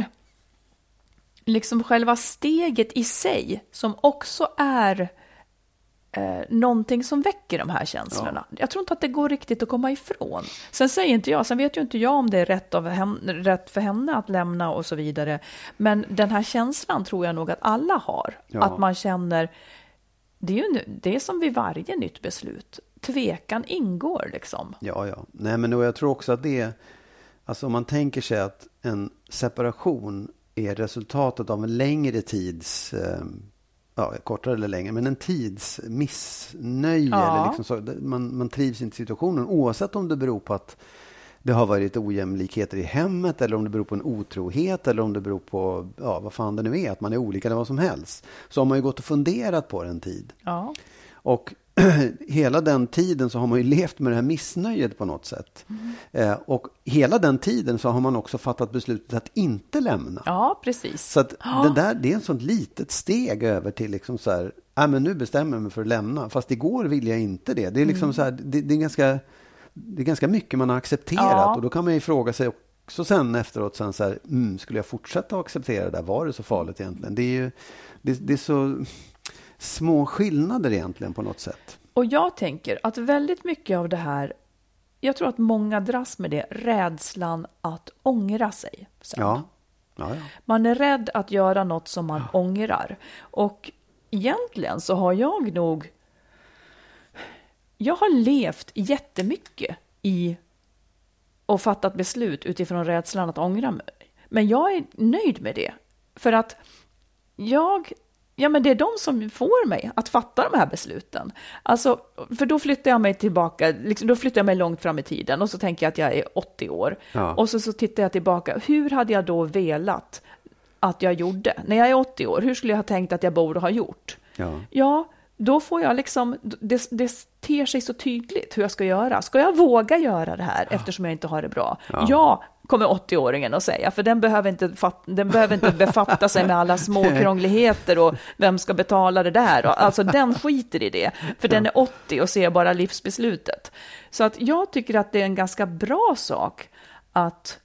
liksom själva steget i sig som också är eh, någonting som väcker de här känslorna. Ja. Jag tror inte att det går riktigt att komma ifrån. Sen säger inte jag, sen vet ju inte jag om det är rätt, av henne, rätt för henne att lämna och så vidare. Men den här känslan tror jag nog att alla har. Ja. Att man känner, det är ju det är som vid varje nytt beslut. Tvekan ingår liksom. Ja, ja. Nej, men jag tror också att det är, alltså om man tänker sig att en separation är resultatet av en längre tids, eh, ja, kortare eller längre, men en tids missnöje. Ja. Eller liksom så, man, man trivs inte i situationen, oavsett om det beror på att det har varit ojämlikheter i hemmet, eller om det beror på en otrohet, eller om det beror på, ja, vad fan det nu är, att man är olika eller vad som helst. Så har man ju gått och funderat på det en tid. Ja. Och hela den tiden så har man ju levt med det här missnöjet på något sätt. Mm. Eh, och hela den tiden så har man också fattat beslutet att inte lämna. Ja, precis. Så att ja. det där, det är en sånt litet steg över till liksom så här, nej men nu bestämmer jag mig för att lämna. Fast igår vill jag inte det. Det är liksom mm. så här, det, det är ganska, det är ganska mycket man har accepterat. Ja. Och då kan man ju fråga sig också sen efteråt sen så här, mm, skulle jag fortsätta att acceptera det där? Var det så farligt egentligen? Det är ju det, det är så små skillnader egentligen på något sätt. Och jag tänker att väldigt mycket av det här, jag tror att många dras med det, rädslan att ångra sig sen. Ja. Ja, ja. Man är rädd att göra något som man ja. ångrar. Och egentligen så har jag nog, jag har levt jättemycket i och fattat beslut utifrån rädslan att ångra mig. Men jag är nöjd med det. För att jag, ja men det är de som får mig att fatta de här besluten. Alltså, för då flyttar jag mig tillbaka, liksom, då flyttar jag mig långt fram i tiden och så tänker jag att jag är åttio år. Ja. Och så, så tittar jag tillbaka, hur hade jag då velat att jag gjorde? När jag är åttio år, hur skulle jag ha tänkt att jag borde ha gjort? Ja, ja då får jag liksom, det, det ter sig så tydligt hur jag ska göra. Ska jag våga göra det här ja. eftersom jag inte har det bra? Ja. ja. kommer åttio-åringen att säga, för den behöver inte, fatt, den behöver inte befatta sig med alla små krångligheter och vem ska betala det där. Och, alltså den skiter i det, för den är åttio och ser bara livsbeslutet. Så att jag tycker att det är en ganska bra sak att,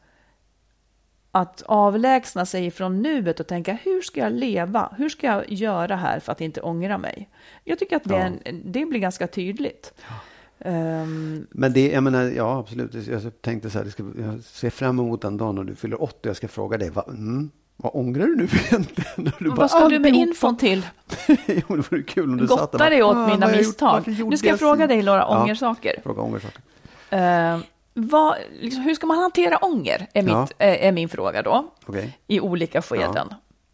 att avlägsna sig från nuet och tänka, hur ska jag leva? Hur ska jag göra här för att inte ångra mig? Jag tycker att det, är en, det blir ganska tydligt. Um, men det, jag menar, ja absolut, jag tänkte så här, jag, ska, jag ser fram emot en dag när du fyller åttio, jag ska fråga dig, vad, mm, vad ångrar du nu egentligen? Du vad bara, ska du med infon till? Jo, det vore kul om du Gotta satt där. dig åt ah, mina misstag. Nu ska jag fråga dig några ja, ångersaker. Fråga ångersaker. Uh, vad, liksom, hur ska man hantera ånger, är, mitt, ja. är, är min fråga då, okay. i olika skeden.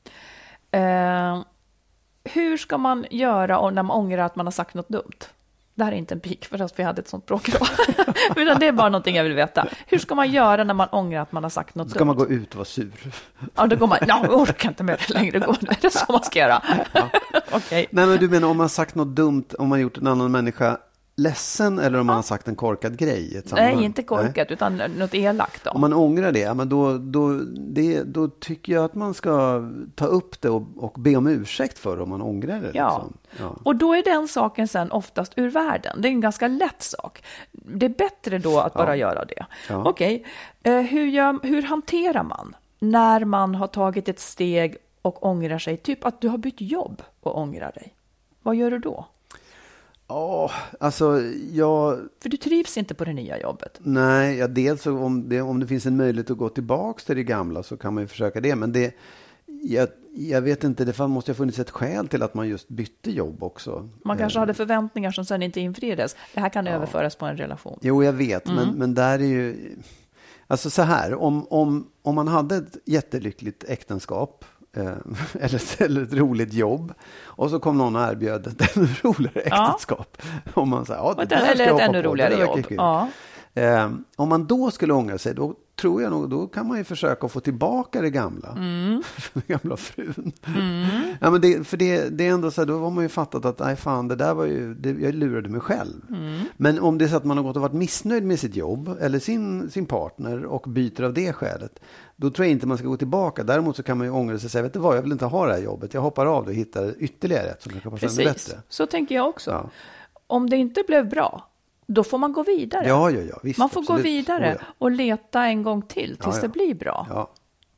Ja. Uh, hur ska man göra när man ångrar att man har sagt något dumt? Det här är inte en pik för att vi hade ett sånt bråk idag. Utan det är bara någonting jag vill veta. Hur ska man göra när man ångrar att man har sagt något ska dumt? Man gå ut och vara sur? Ja, då går man, nej, jag orkar inte med det längre. Det är så man ska göra. Ja. Okay. Nej, men du menar om man har sagt något dumt, om man har gjort en annan människa ledsen eller om man ja. har sagt en korkad grej i ett sammanhang? Nej, inte korkat, nej. utan något elakt då. Om man ångrar det, men då, då, det, då tycker jag att man ska ta upp det och, och be om ursäkt för om man ångrar det. Ja. Liksom. Ja, och då är den saken sen oftast ur världen. Det är en ganska lätt sak. Det är bättre då att bara ja. göra det. Ja. Okej, okay. hur, hur hanterar man när man har tagit ett steg och ångrar sig? Typ att du har bytt jobb och ångrar dig. Vad gör du då? Ja, oh, alltså jag... För du trivs inte på det nya jobbet. Nej, ja, dels så om det, om det finns en möjlighet att gå tillbaka till det gamla så kan man ju försöka det. Men det, jag, jag vet inte, det måste ha funnits ett skäl till att man just bytte jobb också. Man kanske eh. hade förväntningar som sen inte infriades. Det här kan ja. överföras på en relation. Jo, jag vet, mm. men, men där är ju... Alltså så här, om, om, om man hade ett jättelyckligt äktenskap... Eller, eller ett roligt jobb och så kom någon och erbjöd ett ännu roligare äktenskap. Ja. Om man säger, ja, det där eller ett ännu roligare på. jobb. Ja. Eh, om man då skulle ångra sig, då tror jag nog, då kan man ju försöka få tillbaka det gamla. Mm. Den gamla frun. Mm. Ja, men det, för det, det är ändå så här, då har man ju fattat att nej fan, det där var ju, det, jag lurade mig själv. Mm. Men om det är så att man har gått och varit missnöjd med sitt jobb eller sin, sin partner och byter av det skälet, då tror jag inte man ska gå tillbaka. Däremot så kan man ju ångra sig och säga, vet du vad, jag vill inte ha det här jobbet. Jag hoppar av det och hittar ytterligare ett som kan passa ännu bättre. Så tänker jag också. Ja. Om det inte blev bra, då får man gå vidare. Ja, ja, ja, visst, man får absolut. gå vidare oh, ja. och leta en gång till tills ja, ja. det blir bra. Ja,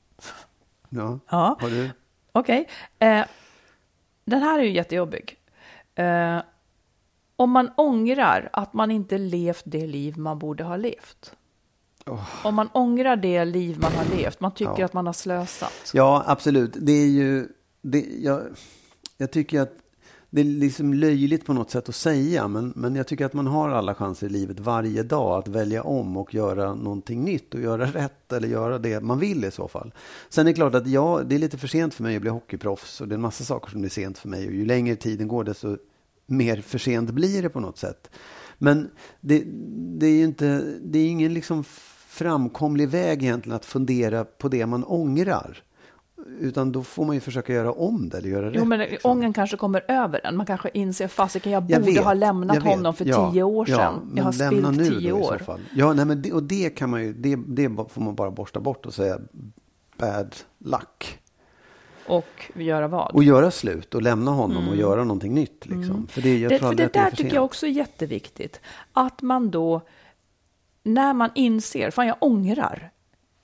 ja. ja. Har du? Okej. Okay. Eh, den här är ju jättejobbig. Eh, om man ångrar att man inte levt det liv man borde ha levt. Oh. Om man ångrar det liv man har levt, man tycker ja. att man har slösat. Ja, absolut. Det är ju, det, jag, jag tycker att det är liksom löjligt på något sätt att säga, men, men jag tycker att man har alla chanser i livet varje dag att välja om och göra någonting nytt och göra rätt eller göra det man vill i så fall. Sen är det klart att ja, det är lite för sent för mig att bli hockeyproffs och det är en massa saker som blir sent för mig och ju längre tiden går desto mer för sent blir det på något sätt. Men det, det är ju inte, det är ingen liksom framkomlig väg egentligen att fundera på det man ångrar. Utan då får man ju försöka göra om det eller göra rätt. Jo, men liksom. Ången kanske kommer över en. Man kanske inser, fasiken, jag borde jag ha lämnat honom för ja, tio år sedan. Ja, jag har spilt nu tio år. I så fall. Ja, nej, men det, och det kan man ju, det, det får man bara borsta bort och säga bad luck. Och göra vad? Och göra slut och lämna honom mm. och göra någonting nytt. Liksom. Mm. För det, jag det, tror för det att där det är för tycker sent. jag också är jätteviktigt. Att man då, när man inser, fan jag ångrar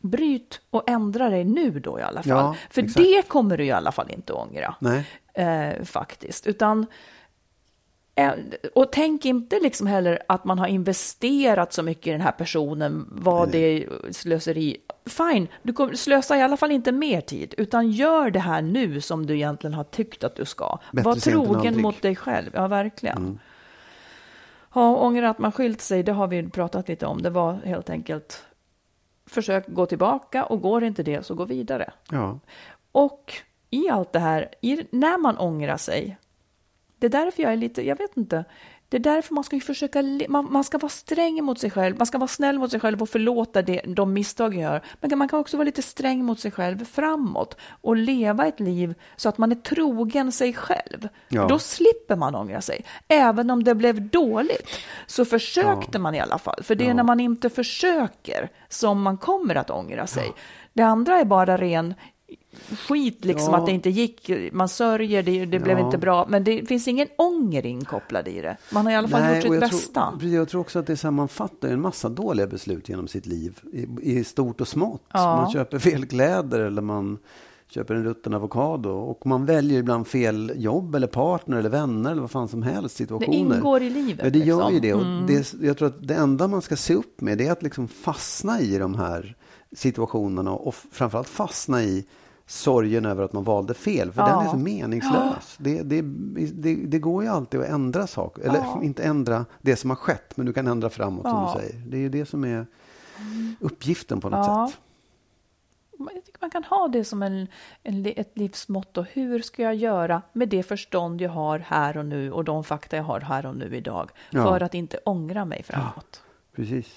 bryt och ändra dig nu då i alla fall. Ja, För exakt. det kommer du i alla fall inte ångra. Nej. Eh, faktiskt. Utan, eh, och tänk inte liksom heller att man har investerat så mycket i den här personen, vad det är slöseri. Fine, du kommer slösa i alla fall inte mer tid, utan gör det här nu som du egentligen har tyckt att du ska. Bättre Var sent än trogen aldrig. mot dig själv, ja verkligen. Mm. Ja, ångra att man skilt sig, det har vi pratat lite om. Det var helt enkelt, försök gå tillbaka, och går inte det så gå vidare. Ja. Och i allt det här, i, när man ångrar sig, det är därför jag är lite, jag vet inte, det är därför man ska ju försöka, man, man ska vara sträng mot sig själv, man ska vara snäll mot sig själv och förlåta det, de misstag jag gör. Men man kan också vara lite sträng mot sig själv framåt och leva ett liv så att man är trogen sig själv. Ja. Då slipper man ångra sig. Även om det blev dåligt så försökte Ja. man i alla fall. För det är Ja. när man inte försöker som man kommer att ångra sig. Ja. Det andra är bara ren skit, liksom, Ja. att det inte gick, man sörjer, det, det blev Ja. inte bra, men det finns ingen ånger inkopplad i det. Man har i alla fall Nej, gjort och sitt jag bästa. Tror, jag tror också att det sammanfattar en massa dåliga beslut genom sitt liv i, i stort och smått. Ja. Man köper fel kläder eller man köper en rutten avokado, och man väljer ibland fel jobb eller partner eller vänner eller vad fan som helst, situationer. Det ingår i livet. Ja, det gör liksom. ju det. Och Mm. det. Jag tror att det enda man ska se upp med, det är att liksom fastna i de här situationerna, och framförallt fastna i sorgen över att man valde fel, för Ja. den är så meningslös. Ja. Det, det, det, det går ju alltid att ändra saker, eller Ja. inte ändra det som har skett, men du kan ändra framåt, Ja. som du säger. Det är ju det som är uppgiften på något Ja. sätt. Jag tycker man kan ha det som en, en, ett livsmotto. Hur ska jag göra med det förstånd jag har här och nu och de fakta jag har här och nu idag, Ja. för att inte ångra mig framåt. Precis.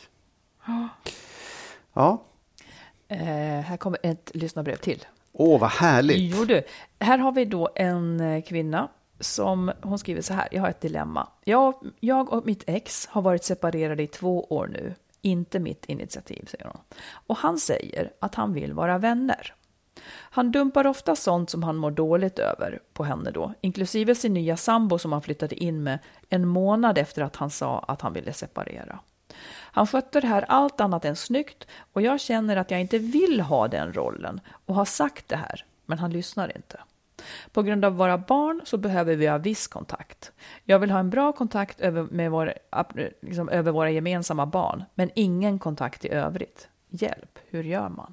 Ja. Eh, här kommer ett lyssnarbrev till. Åh, vad härligt. Jo du, här har vi då en eh, kvinna som, hon skriver så här: jag har ett dilemma. Jag, jag och mitt ex har varit separerade i två år nu. Inte mitt initiativ, säger hon. Och han säger att han vill vara vänner. Han dumpar ofta sånt som han mår dåligt över på henne då, inklusive sin nya sambo som han flyttade in med en månad efter att han sa att han ville separera. Han skötte det här allt annat än snyggt, och jag känner att jag inte vill ha den rollen och har sagt det här, men han lyssnar inte. På grund av våra barn så behöver vi ha viss kontakt. Jag vill ha en bra kontakt över, med vår, liksom, över våra gemensamma barn, men ingen kontakt i övrigt. Hjälp, hur gör man?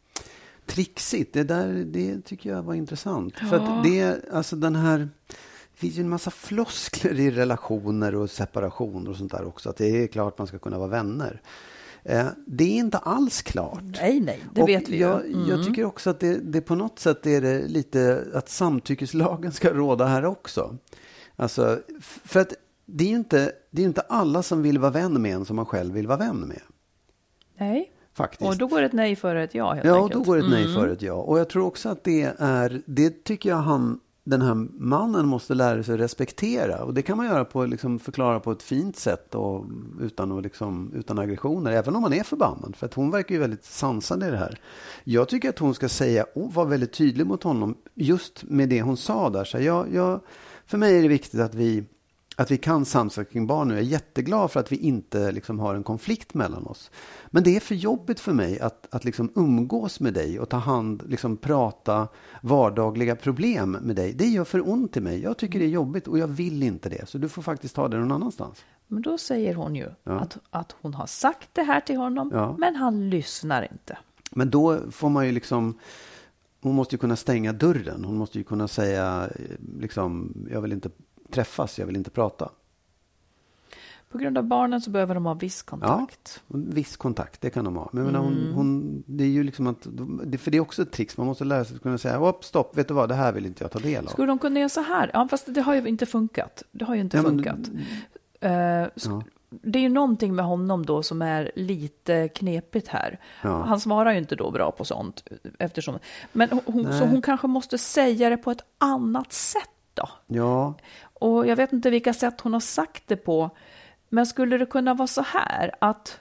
Trixigt, det där, det tycker jag var intressant. Ja. För att det, alltså den här, det finns ju en massa floskler i relationer och separationer och sånt där också. Att det är klart man ska kunna vara vänner. Eh, det är inte alls klart. Nej, nej, det och vet vi jag, ju. Mm. jag tycker också att det, det på något sätt är det lite att samtyckeslagen ska råda här också. Alltså, f- för att det är ju inte, det är inte alla som vill vara vän med en som man själv vill vara vän med. Nej, Faktiskt. och då går ett nej före ett ja helt Ja, enkelt. då går ett nej Mm. före ett ja. Och jag tror också att det är, det tycker jag han, den här mannen måste lära sig respektera. Och det kan man göra på, liksom, förklara på ett fint sätt och utan, och liksom, utan aggressioner. Även om man är förbannad. För att hon verkar ju väldigt sansad i det här. Jag tycker att hon ska säga, och vara väldigt tydlig mot honom just med det hon sa där. Så jag, jag, för mig är det viktigt att vi att vi kan samsas kring barn nu. Jag är jätteglad för att vi inte liksom har en konflikt mellan oss. Men det är för jobbigt för mig att, att liksom umgås med dig och ta hand, liksom prata vardagliga problem med dig. Det gör för ont i mig. Jag tycker det är jobbigt och jag vill inte det. Så du får faktiskt ta det någon annanstans. Men då säger hon ju Ja. att, att hon har sagt det här till honom, Ja. men han lyssnar inte. Men då får man ju liksom... Hon måste ju kunna stänga dörren. Hon måste ju kunna säga liksom, jag vill inte träffas, jag vill inte prata. På grund av barnen så behöver de ha viss kontakt. Ja, en viss kontakt, det kan de ha. Men mm. hon, hon, det är ju liksom att, för det är också ett trick. Man måste lära sig att kunna säga, hopp, stopp, vet du vad, det här vill inte jag ta del av. Skulle de kunna göra så här? Ja, fast det har ju inte funkat. Det har ju inte Ja, men- funkat. Eh, så, Ja. Det är ju någonting med honom då som är lite knepigt här. Ja. Han svarar ju inte då bra på sånt. Eftersom, men hon, Nej. så hon kanske måste säga det på ett annat sätt då. Ja, Och jag vet inte vilka sätt hon har sagt det på. Men skulle det kunna vara så här att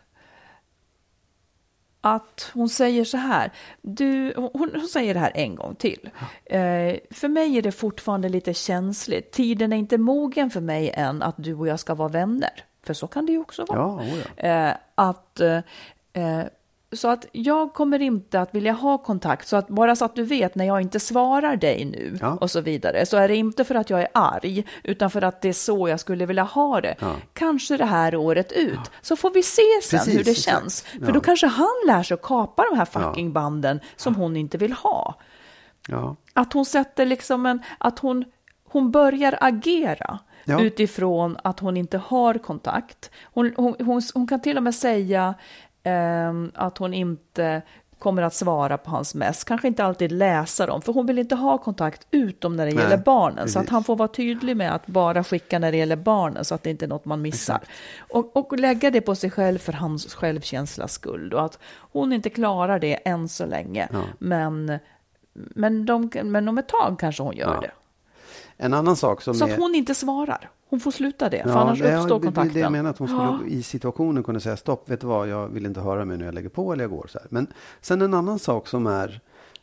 att hon säger så här, du, hon, hon säger det här en gång till. Eh, för mig är det fortfarande lite känsligt. Tiden är inte mogen för mig än att du och jag ska vara vänner. För så kan det ju också vara. ja, oh ja. Eh, att, eh, så att jag kommer inte att vilja ha kontakt, så att bara så att du vet, när jag inte svarar dig nu ja. och så vidare, så är det inte för att jag är arg, utan för att det är så jag skulle vilja ha det. Ja. Kanske det här året ut. Ja. Så får vi se sen Precis, hur det exakt. känns. För ja. då kanske han lär sig att kapa de här fucking ja. banden som hon inte vill ha. Ja. Att hon sätter liksom en, att hon, hon börjar agera. Ja. Utifrån att hon inte har kontakt. Hon, hon, hon, hon kan till och med säga eh, att hon inte kommer att svara på hans mess. Kanske inte alltid läsa dem. För hon vill inte ha kontakt utom när det Nej, gäller barnen. Precis. Så att han får vara tydlig med att bara skicka när det gäller barnen. Så att det inte är något man missar. Och, och lägga det på sig själv för hans självkänslas skull. Och att hon inte klarar det än så länge. Ja. Men, men, de, men om ett tag kanske hon gör ja. det. En annan sak som så är... att hon inte svarar. Hon får sluta det, för ja, annars det, uppstår det, kontakten. Det jag menar, att hon skulle ja. i situationen kunna säga stopp, vet du vad, jag vill inte höra mig när jag lägger på eller jag går så här. Men sen en annan sak som är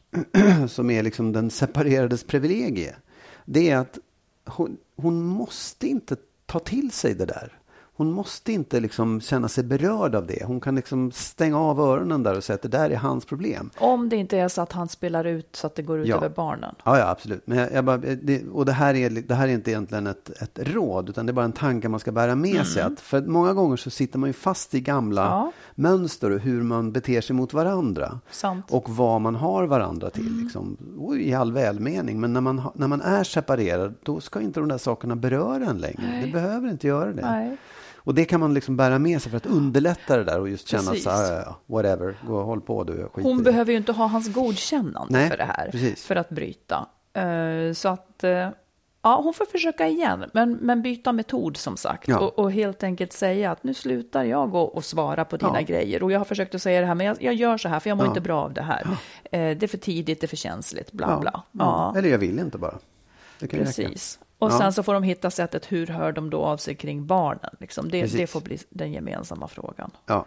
som är liksom den separerades privilegie, det är att hon, hon måste inte ta till sig det där. Hon måste inte liksom känna sig berörd av det. Hon kan liksom stänga av öronen där och säga att det där är hans problem. Om det inte är så att han spelar ut så att det går ut ja. över barnen. Ja, ja absolut. Men jag, jag bara, det, och det här, är, det här är inte egentligen ett, ett råd, utan det är bara en tanke man ska bära med mm. sig. Att, för många gånger så sitter man ju fast i gamla ja. mönster och hur man beter sig mot varandra. Sant. Och vad man har varandra till. Mm. Liksom, i all välmening. Men när man, när man är separerad, då ska inte de där sakerna beröra en längre. Nej. Det behöver inte göra det. Nej. Och det kan man liksom bära med sig för att underlätta det där och just känna så här, whatever, gå och håll på du. Hon behöver ju inte ha hans godkännande Nej, för det här, precis. för att bryta. Uh, så att, uh, ja, hon får försöka igen, men, men byta metod som sagt. Ja. Och, och helt enkelt säga att nu slutar jag och, och svara på dina ja. grejer. Och jag har försökt att säga det här, men jag, jag gör så här för jag mår ja. inte bra av det här. Ja. Uh, det är för tidigt, det är för känsligt, bla ja. bla. Ja. Ja. Eller jag vill inte bara. Det kan Precis. Räcka. Och ja. sen så får de hitta sättet, hur hör de då av sig kring barnen? Liksom. Det, det får bli den gemensamma frågan. Ja.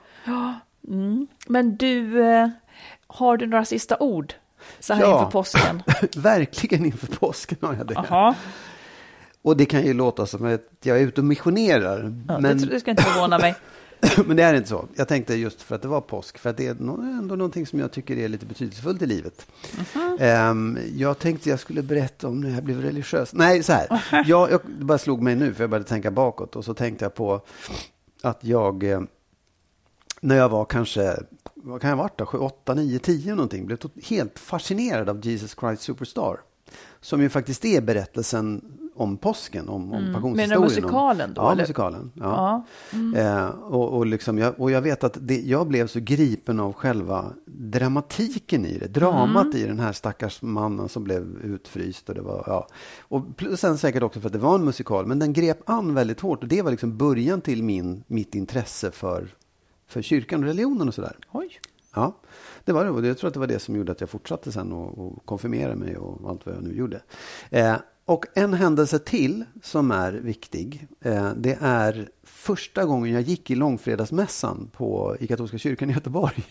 Mm. Men du, eh, har du några sista ord så här ja. inför påsken? Verkligen inför påsken har jag det. Aha. Och det kan ju låta som att jag är ute och missionerar. Ja, men... det, det ska inte förvåna mig. Men det är inte så. Jag tänkte just för att det var påsk. För att det är ändå någonting som jag tycker är lite betydelsefullt i livet. Uh-huh. Um, jag tänkte jag skulle berätta om när jag blev religiös. Nej, så här. Uh-huh. Jag, jag bara slog mig nu för jag började tänka bakåt. Och så tänkte jag på att jag, eh, när jag var kanske, vad kan jag ha varit då? åtta, nio, tio någonting. Blev helt fascinerad av Jesus Christ Superstar. Som ju faktiskt är berättelsen om påsken, om, om mm. passionshistorien. Men musikalen då? Ja, eller? musikalen. Ja. Ja. Mm. Eh, och, och, liksom jag, och jag vet att det, jag blev så gripen av själva dramatiken i det. Dramat mm. i den här stackars mannen som blev utfryst. Och, det var, ja. och sen säkert också för att det var en musikal. Men den grep an väldigt hårt. Och det var liksom början till min, mitt intresse för, för kyrkan och religionen och sådär. Oj. Ja, det var det. Och jag tror att det var det som gjorde att jag fortsatte sen och, och konfirmerade mig och allt vad jag nu gjorde. Eh, Och en händelse till som är viktig, eh, det är första gången jag gick i långfredagsmässan på i katolska kyrkan i Göteborg.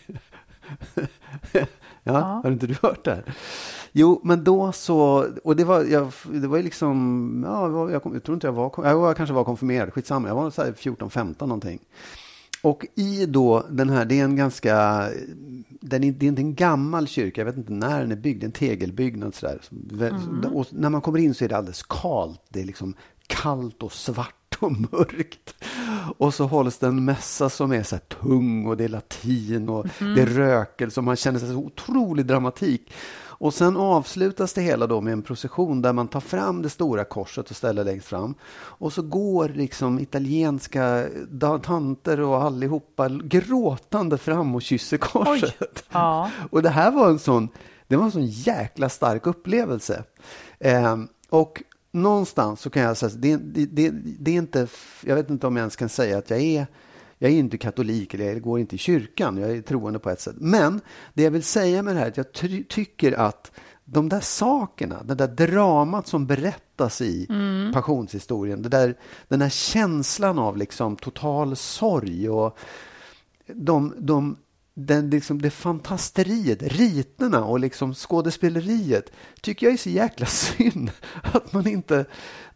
ja, ja, har inte du hört det här? Jo, men då så, och det var, jag, det var ju liksom, ja, jag, jag tror inte jag var, jag kanske var konfirmerad, skitsamma, jag var så här fjorton femton någonting. Och i då den här, det är en ganska, den är, det är inte en gammal kyrka, jag vet inte när den är byggd, en tegelbyggnad sådär. Mm. Och när man kommer in så är det alldeles kalt, det är liksom kallt och svart och mörkt. Och så hålls det en mässa som är så här tung och det är latin och mm. det är rökel som man känner sig så otrolig dramatik. Och sen avslutas det hela då med en procession där man tar fram det stora korset och ställer längst fram. Och så går liksom italienska tanter och allihopa gråtande fram och kysser korset. Ja. Och det här var en sån, det var en sån jäkla stark upplevelse. Eh, och någonstans så kan jag säga, det, det, det, det är inte, jag vet inte om jag ens kan säga att jag är Jag är inte katolik eller jag går inte i kyrkan. Jag är troende på ett sätt. Men det jag vill säga med det här är att jag ty- tycker att de där sakerna, det där dramat som berättas i mm. passionshistorien, det där, den här känslan av liksom total sorg och de, de, den, liksom det fantasteriet, riterna och liksom skådespeleriet tycker jag är så jäkla synd att man inte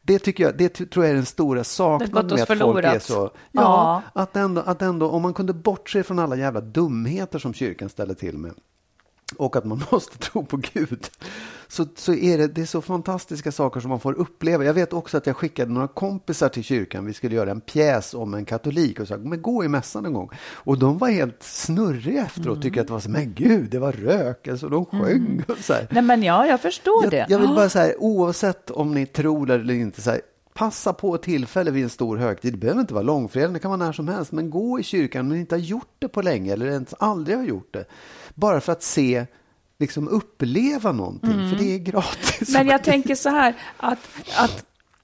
Det tycker jag, det tror jag är den stora saknaden med att förlorat. folk är så. Ja, ja. Att, ändå, att ändå, om man kunde bortse från alla jävla dumheter som kyrkan ställer till med och att man måste tro på Gud, så, så är det, det är så fantastiska saker som man får uppleva. Jag vet också att jag skickade några kompisar till kyrkan. Vi skulle göra en pjäs om en katolik och sa, men gå i mässan en gång. Och de var helt snurriga efteråt och mm. tyckte att det var så, men Gud, det var rök. Alltså de sjöng mm. och så här. Nej, men ja, jag förstår jag, det. Jag vill ah. bara säga, oavsett om ni tror eller inte, så här, passa på ett tillfälle vid en stor högtid. Det behöver inte vara långfredag, det kan vara när som helst. Men gå i kyrkan men inte har gjort det på länge eller ens aldrig har gjort det. Bara för att se, liksom uppleva någonting. Mm. För det är gratis. Men jag tänker så här, att, att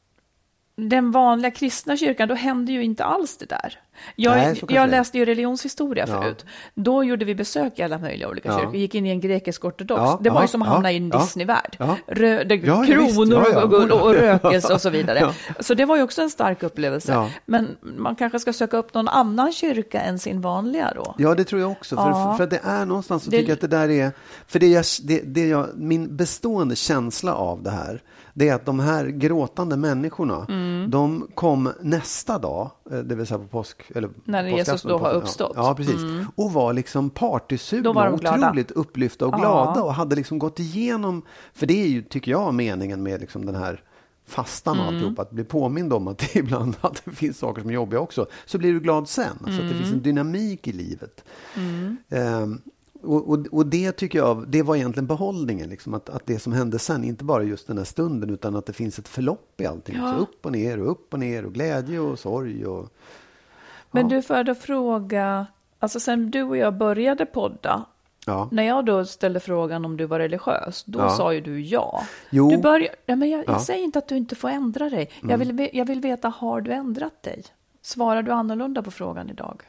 den vanliga kristna kyrkan, då hände ju inte alls det där. Jag, Nej, jag läste ju religionshistoria ja. förut. Då gjorde vi besök i alla möjliga olika ja. kyrkor. Vi gick in i en grekisk ortodox. Ja, det var ja, ju som att hamna ja, i en Disney-värld. Ja. Rö- det, ja, kronor ja, ja. Och, och, och rökelse och så vidare. Ja. Så det var ju också en stark upplevelse. Ja. Men man kanske ska söka upp någon annan kyrka än sin vanliga då. Ja, det tror jag också. För, ja. för, för det är någonstans så det, tycker jag att det där är... För det jag, det, det jag, min bestående känsla av det här, det är att de här gråtande människorna, mm. de kom nästa dag, det vill säga på påsk, eller när Jesus då har uppstått. Ja, ja precis. Mm. Och var liksom partysugna, var otroligt upplyfta och glada ja. och hade liksom gått igenom, för det är ju, tycker jag, meningen med liksom den här fastan och mm. alltihop, att bli påmind om att det ibland att det finns saker som är jobbiga också, så blir du glad sen. Alltså mm. att det finns en dynamik i livet. Mm. Um, Och, och, och det tycker jag, det var egentligen behållningen, liksom, att, att det som hände sen, inte bara just den här stunden, utan att det finns ett förlopp i allting. Ja. Så upp och ner och upp och ner och glädje och sorg. Och, ja. Men du, får då fråga, alltså sen du och jag började podda, ja. när jag då ställde frågan om du var religiös, då ja. sa ju du ja. Jo. Du började, ja, men jag, jag ja. säger inte att du inte får ändra dig. Mm. Jag, vill, jag vill veta, har du ändrat dig? Svarar du annorlunda på frågan idag?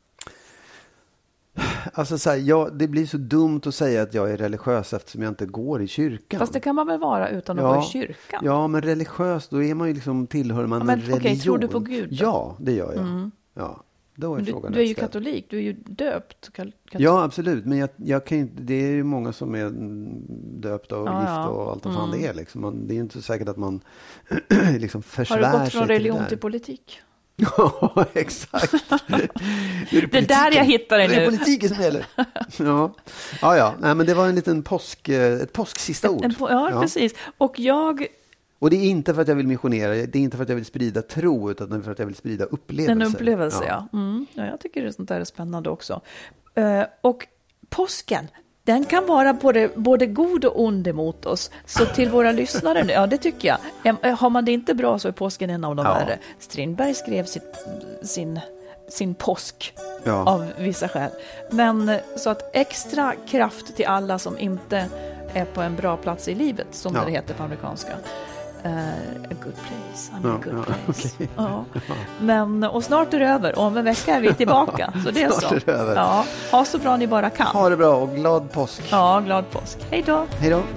Alltså så här, jag, det blir så dumt att säga att jag är religiös eftersom jag inte går i kyrkan. Fast det kan man väl vara utan att ja, gå i kyrkan? Ja, men religiös, då är man ju liksom, tillhör man ja, men, en religion. Okej, tror du på Gud då? Ja, det gör jag. Mm. Ja, då är du, frågan du är ju ställd. Katolik, du är ju döpt. Katolik. Ja, absolut. Men jag, jag kan inte, det är ju många som är döpta och ja, gifta och allt vad mm. fan det är. Liksom. Man, det är ju inte så säkert att man liksom försvär sig. Har du gått från religion till, till politik? Ja, exakt. Det, det där jag hittar det nu. Det är politiken som gäller. Ja, ja, ja. Nej, men det var en liten påsk, ett påsksista ord. En, en, ja, ja, precis. Och jag... Och det är inte för att jag vill missionera, det är inte för att jag vill sprida tro, utan för att jag vill sprida upplevelser. En upplevelse, ja. ja. Mm. Ja, jag tycker det sånt där är spännande också. Uh, och påsken, den kan vara både, både god och ond emot oss. Så till våra lyssnare, ja det tycker jag. Har man det inte bra så är påsken en av de ja. värre. Strindberg skrev sitt, sin, sin påsk ja. av vissa skäl. Men så att extra kraft till alla som inte är på en bra plats i livet, som ja. det heter på amerikanska. Uh, a good place, I'm ja, a good ja, place. Okay. Ja. Men, och snart är det över, om en vecka är vi tillbaka. Så det är så. Är det över. Ja, ha så bra ni bara kan. Ha det bra och glad påsk. Ja, glad påsk. Hej då. Hej då.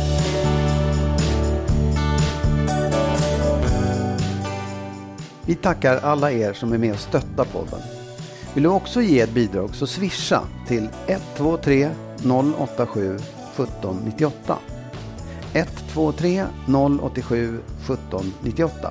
Vi tackar alla er som är med och stöttar podden. Vill du också ge ett bidrag så swisha till ett två tre noll åtta sju sjutton nittioåtta. ett två tre noll åtta sju sjutton nittioåtta.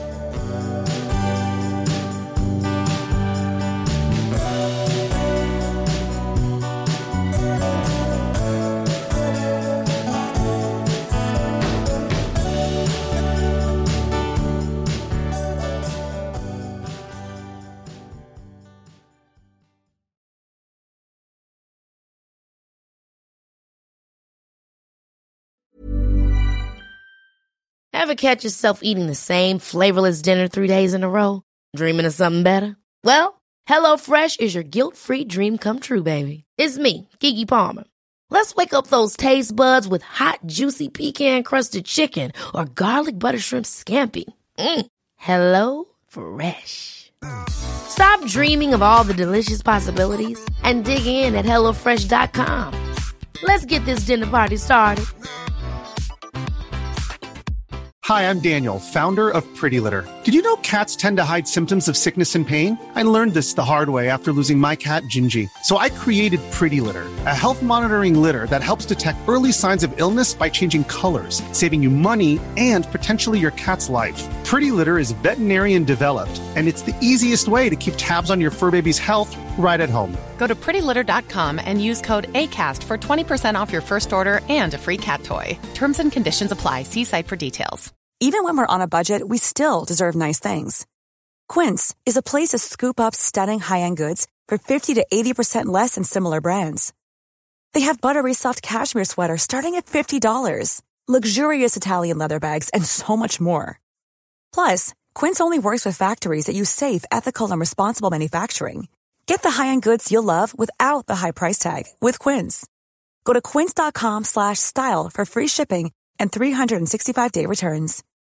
Ever catch yourself eating the same flavorless dinner three days in a row? Dreaming of something better? Well, HelloFresh is your guilt-free dream come true, baby. It's me, Keke Palmer. Let's wake up those taste buds with hot, juicy pecan-crusted chicken or garlic butter shrimp scampi. Mm. Hello Fresh. Stop dreaming of all the delicious possibilities and dig in at hello fresh dot com. Let's get this dinner party started. Hi, I'm Daniel, founder of Pretty Litter. Did you know cats tend to hide symptoms of sickness and pain? I learned this the hard way after losing my cat, Gingy. So I created Pretty Litter, a health monitoring litter that helps detect early signs of illness by changing colors, saving you money and potentially your cat's life. Pretty Litter is veterinarian developed, and it's the easiest way to keep tabs on your fur baby's health right at home. Go to pretty litter dot com and use code ACAST for twenty percent off your first order and a free cat toy. Terms and conditions apply. See site for details. Even when we're on a budget, we still deserve nice things. Quince is a place to scoop up stunning high-end goods for fifty to eighty percent less than similar brands. They have buttery soft cashmere sweaters starting at fifty dollars, luxurious Italian leather bags, and so much more. Plus, Quince only works with factories that use safe, ethical, and responsible manufacturing. Get the high-end goods you'll love without the high price tag with Quince. Go to quince dot com slash style for free shipping and three sixty-five day returns.